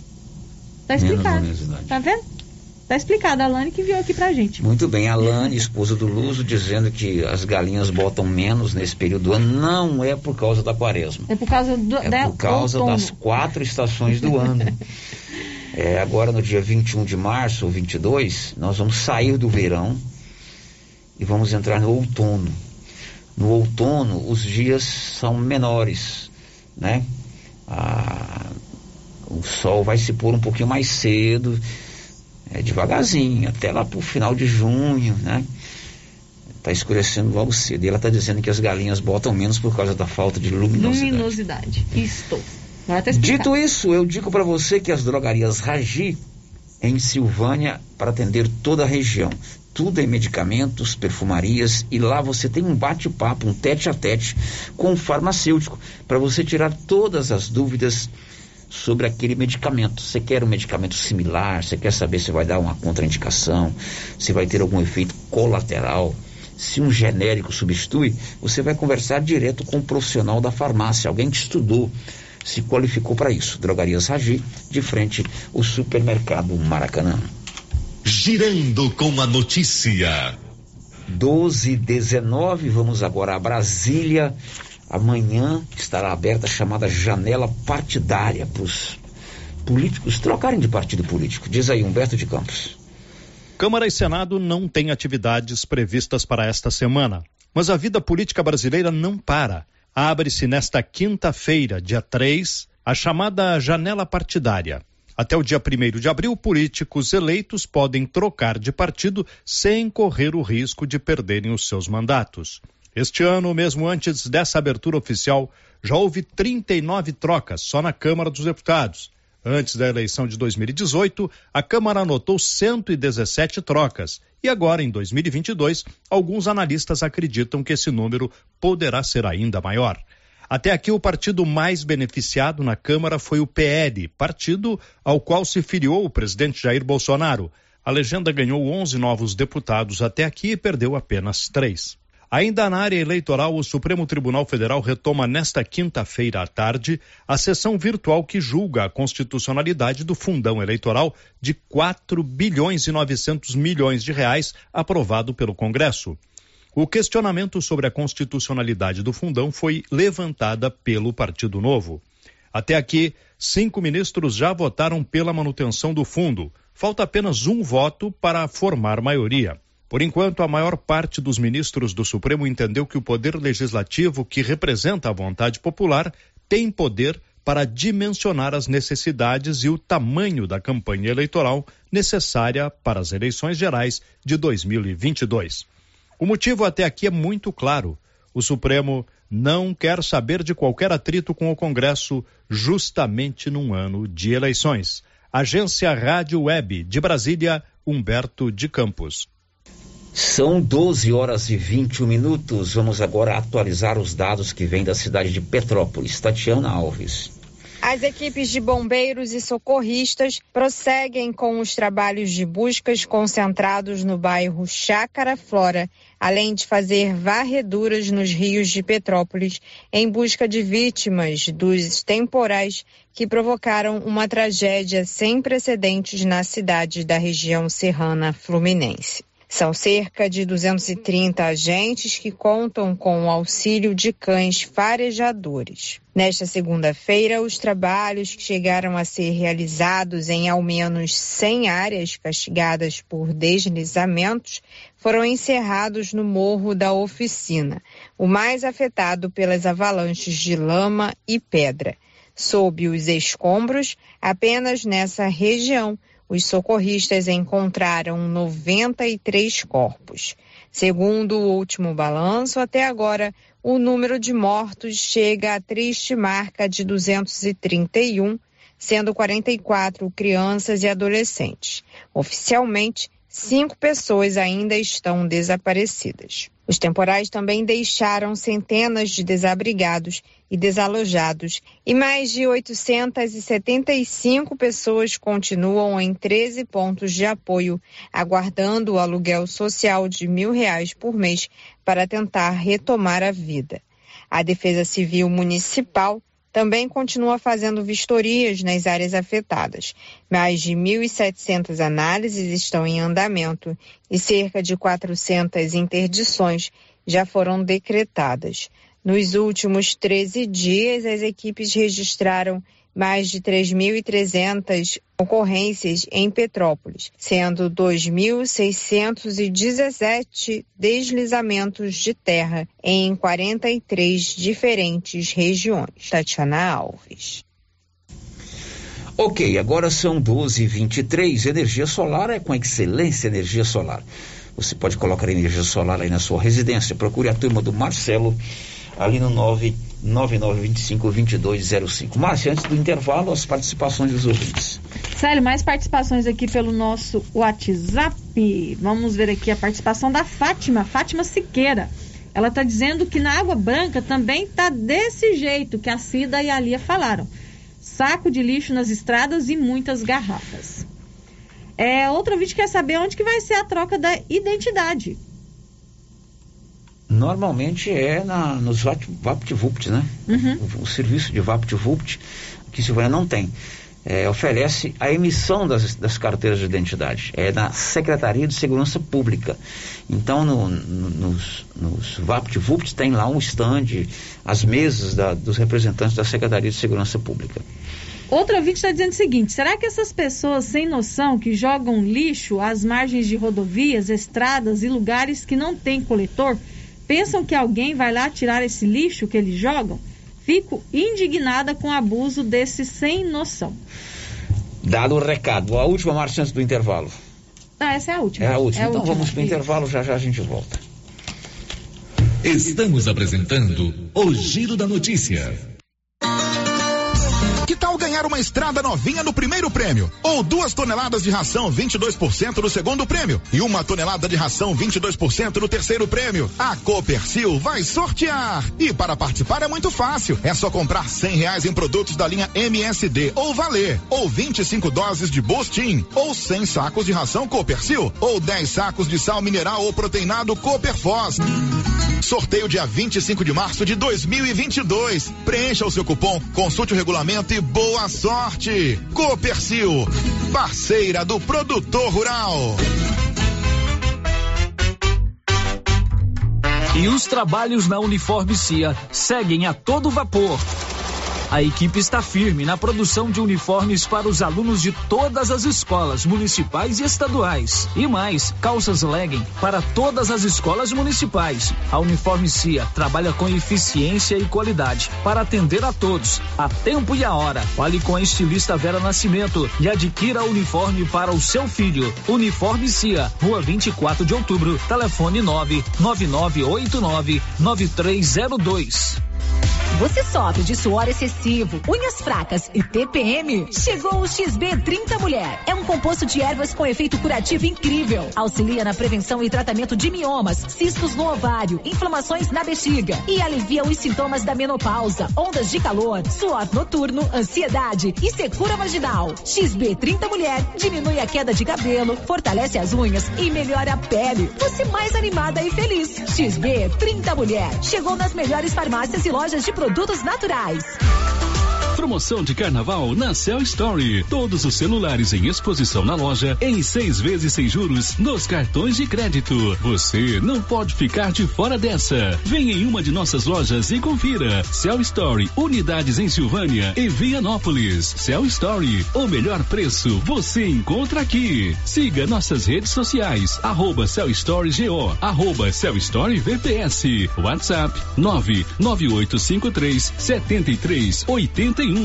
Tá explicado. Tá vendo? Tá explicado. A Lani que enviou aqui pra gente. Muito bem. A Lani, esposa do Luso, dizendo que as galinhas botam menos nesse período do ano. Não é por causa da quaresma. É por causa do É por causa outono. das quatro estações do ano. É, agora no dia vinte e um de março ou vinte e dois, nós vamos sair do verão e vamos entrar no outono. No outono, os dias são menores, né? A... O sol vai se pôr um pouquinho mais cedo, é, devagarzinho, até lá pro final de junho, né? Tá escurecendo logo cedo. E ela tá dizendo que as galinhas botam menos por causa da falta de luminosidade. Luminosidade, estou. Dito isso, eu digo para você que as drogarias Ragi, em Silvânia, para atender toda a região, tudo em medicamentos, perfumarias, e lá você tem um bate-papo, um tete a tete com o farmacêutico, para você tirar todas as dúvidas sobre aquele medicamento. Você quer um medicamento similar, você quer saber se vai dar uma contraindicação, se vai ter algum efeito colateral, se um genérico substitui, você vai conversar direto com um profissional da farmácia, alguém que estudou, se qualificou para isso. Drogarias Ragi, de frente ao supermercado Maracanã. Girando com a notícia. doze e dezenove, vamos agora a Brasília. Amanhã estará aberta a chamada janela partidária para os políticos trocarem de partido político. Diz aí, Humberto de Campos. Câmara e Senado não têm atividades previstas para esta semana, mas a vida política brasileira não para. Abre-se nesta quinta-feira, dia três, a chamada janela partidária. Até o dia primeiro de abril, políticos eleitos podem trocar de partido sem correr o risco de perderem os seus mandatos. Este ano, mesmo antes dessa abertura oficial, já houve trinta e nove trocas só na Câmara dos Deputados. Antes da eleição de dois mil e dezoito, a Câmara anotou cento e dezessete trocas. E agora, em dois mil e vinte e dois, alguns analistas acreditam que esse número poderá ser ainda maior. Até aqui, o partido mais beneficiado na Câmara foi o P L, partido ao qual se filiou o presidente Jair Bolsonaro. A legenda ganhou onze novos deputados até aqui e perdeu apenas três. Ainda na área eleitoral, o Supremo Tribunal Federal retoma nesta quinta-feira à tarde a sessão virtual que julga a constitucionalidade do fundão eleitoral de quatro bilhões e novecentos milhões de reais aprovado pelo Congresso. O questionamento sobre a constitucionalidade do fundão foi levantada pelo Partido Novo. Até aqui, cinco ministros já votaram pela manutenção do fundo. Falta apenas um voto para formar maioria. Por enquanto, a maior parte dos ministros do Supremo entendeu que o poder legislativo, que representa a vontade popular, tem poder para dimensionar as necessidades e o tamanho da campanha eleitoral necessária para as eleições gerais de dois mil e vinte e dois. O motivo até aqui é muito claro. O Supremo não quer saber de qualquer atrito com o Congresso justamente num ano de eleições. Agência Rádio Web de Brasília, Humberto de Campos. São doze horas e vinte e um minutos. Vamos agora atualizar os dados que vêm da cidade de Petrópolis. Tatiana Alves. As equipes de bombeiros e socorristas prosseguem com os trabalhos de buscas concentrados no bairro Chácara Flora, além de fazer varreduras nos rios de Petrópolis em busca de vítimas dos temporais que provocaram uma tragédia sem precedentes na cidade da região serrana fluminense. São cerca de duzentos e trinta agentes que contam com o auxílio de cães farejadores. Nesta segunda-feira, os trabalhos que chegaram a ser realizados em ao menos cem áreas castigadas por deslizamentos foram encerrados no Morro da Oficina, o mais afetado pelas avalanches de lama e pedra. Sob os escombros, apenas nessa região, os socorristas encontraram noventa e três corpos. Segundo o último balanço, até agora, o número de mortos chega à triste marca de duzentos e trinta e um, sendo quarenta e quatro crianças e adolescentes. Oficialmente, cinco pessoas ainda estão desaparecidas. Os temporais também deixaram centenas de desabrigados e desalojados e mais de oitocentas e setenta e cinco pessoas continuam em treze pontos de apoio, aguardando o aluguel social de mil reais por mês para tentar retomar a vida. A Defesa Civil Municipal também continua fazendo vistorias nas áreas afetadas. Mais de mil e setecentas análises estão em andamento e cerca de quatrocentas interdições já foram decretadas. Nos últimos treze dias, as equipes registraram mais de três mil e trezentas ocorrências em Petrópolis, sendo dois mil seiscentos e dezessete deslizamentos de terra em quarenta e três diferentes regiões. Tatiana Alves. Ok, agora são doze e vinte e três. Energia solar é com excelência energia solar. Você pode colocar energia solar aí na sua residência. Procure a turma do Marcelo ali no nove nove nove dois cinco, dois dois zero cinco. Márcia, antes do intervalo, as participações dos ouvintes. Célio, mais participações aqui pelo nosso WhatsApp. Vamos ver aqui a participação da Fátima, Fátima Siqueira. Ela está dizendo que na Água Branca também está desse jeito que a Cida e a Lia falaram. Saco de lixo nas estradas e muitas garrafas. É, outro ouvinte quer saber onde que vai ser a troca da identidade. Normalmente é na, nos VaptVupt, né? Uhum. O, o serviço de VaptVupt, que Silvânia não tem, é, oferece a emissão das, das carteiras de identidade. É na Secretaria de Segurança Pública. Então, no, no, nos, nos VaptVupt tem lá um stand, as mesas da, dos representantes da Secretaria de Segurança Pública. Outro ouvinte está dizendo o seguinte: será que essas pessoas sem noção que jogam lixo às margens de rodovias, estradas e lugares que não tem coletor, pensam que alguém vai lá tirar esse lixo que eles jogam? Fico indignada com o abuso desse sem noção. Dado o recado. A última, Márcia, antes do intervalo. Ah, essa é a última. É a última. É a então última. Vamos para o intervalo, já já a gente volta. Estamos apresentando o Giro da Notícia. Que tal ganhar uma estrada novinha no primeiro prêmio? Ou duas toneladas de ração vinte e dois por cento no segundo prêmio? E uma tonelada de ração vinte e dois por cento no terceiro prêmio? A Copercil vai sortear! E para participar é muito fácil. É só comprar cem reais em produtos da linha M S D ou Valer. Ou vinte e cinco doses de Bostin. Ou cem sacos de ração Copercil. Ou dez sacos de sal mineral ou proteinado Coperfós. Sorteio dia vinte e cinco de março de dois mil e vinte e dois. Preencha o seu cupom, consulte o regulamento e boa sorte. Copercil, parceira do produtor rural. E os trabalhos na Uniforme Cia seguem a todo vapor. A equipe está firme na produção de uniformes para os alunos de todas as escolas municipais e estaduais. E mais, calças legging para todas as escolas municipais. A Uniforme Cia trabalha com eficiência e qualidade para atender a todos, a tempo e a hora. Fale com a estilista Vera Nascimento e adquira o uniforme para o seu filho. Uniforme Cia, Rua vinte e quatro de outubro, telefone nove nove nove oito nove nove três zero dois. Você sofre de suor excessivo, unhas fracas e T P M? Chegou o X B trinta Mulher. É um composto de ervas com efeito curativo incrível. Auxilia na prevenção e tratamento de miomas, cistos no ovário, inflamações na bexiga e alivia os sintomas da menopausa, ondas de calor, suor noturno, ansiedade e secura vaginal. X B trinta Mulher diminui a queda de cabelo, fortalece as unhas e melhora a pele. Você mais animada e feliz. X B trinta Mulher. Chegou nas melhores farmácias e lojas de produtos naturais. Promoção de carnaval na Cell Story. Todos os celulares em exposição na loja em seis vezes sem juros nos cartões de crédito. Você não pode ficar de fora dessa. Venha em uma de nossas lojas e confira. Cell Story, unidades em Silvânia e Vianópolis. Cell Story, o melhor preço você encontra aqui. Siga nossas redes sociais, arroba Cell Story Go, arroba Cell Story V P S. WhatsApp nove nove oito cinco três sete três oito um.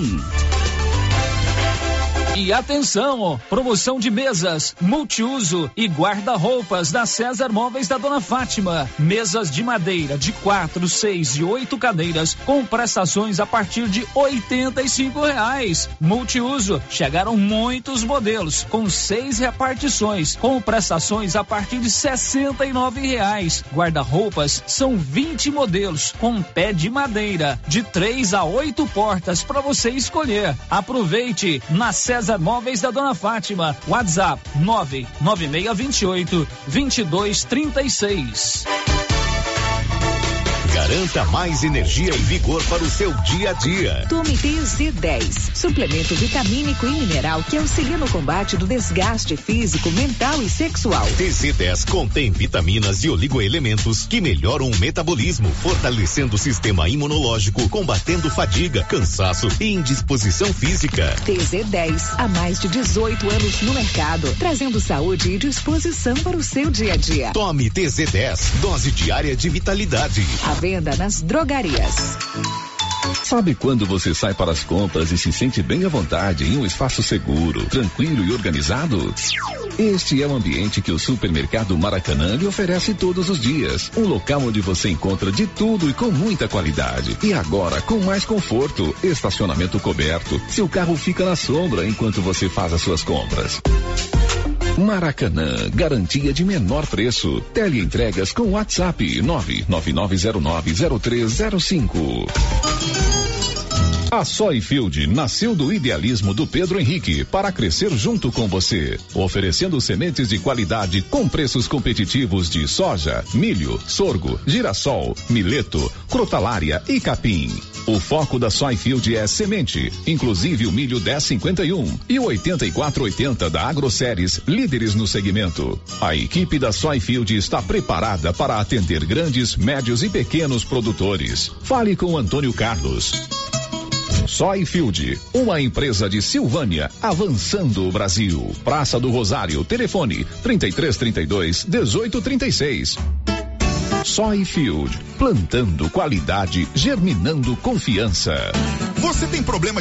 E atenção, promoção de mesas, multiuso e guarda-roupas da César Móveis da Dona Fátima. Mesas de madeira de quatro, seis e oito cadeiras com prestações a partir de oitenta e cinco reais. Multiuso, chegaram muitos modelos com seis repartições com prestações a partir de sessenta e nove reais. Guarda-roupas são vinte modelos com pé de madeira de três a oito portas para você escolher. Aproveite na César Móveis da Dona Fátima. WhatsApp nove nove seis dois oito dois dois três seis. Garanta mais energia e vigor para o seu dia a dia. Tome T Z dez, suplemento vitamínico e mineral que auxilia no combate do desgaste físico, mental e sexual. T Z dez contém vitaminas e oligoelementos que melhoram o metabolismo, fortalecendo o sistema imunológico, combatendo fadiga, cansaço e indisposição física. T Z dez, há mais de dezoito anos no mercado, trazendo saúde e disposição para o seu dia a dia. Tome T Z dez, dose diária de vitalidade. A venda nas drogarias. Sabe quando você sai para as compras e se sente bem à vontade em um espaço seguro, tranquilo e organizado? Este é o ambiente que o Supermercado Maracanã lhe oferece todos os dias. Um local onde você encontra de tudo e com muita qualidade. E agora com mais conforto, estacionamento coberto. Seu carro fica na sombra enquanto você faz as suas compras. Maracanã, garantia de menor preço. Teleentregas com WhatsApp nove nove nove zero nove zero três zero cinco. A Soyfield nasceu do idealismo do Pedro Henrique para crescer junto com você, oferecendo sementes de qualidade com preços competitivos de soja, milho, sorgo, girassol, mileto, crotalária e capim. O foco da Soyfield é semente, inclusive o milho dez cinquenta e um e o oitenta e quatro oitenta da AgroSéries, líderes no segmento. A equipe da Soyfield está preparada para atender grandes, médios e pequenos produtores. Fale com Antônio Carlos. Soyfield, uma empresa de Silvânia, avançando o Brasil. Praça do Rosário, telefone trinta e três, trinta e dois, dezoito, trinta e seis. Soyfield, plantando qualidade, germinando confiança. Você tem problema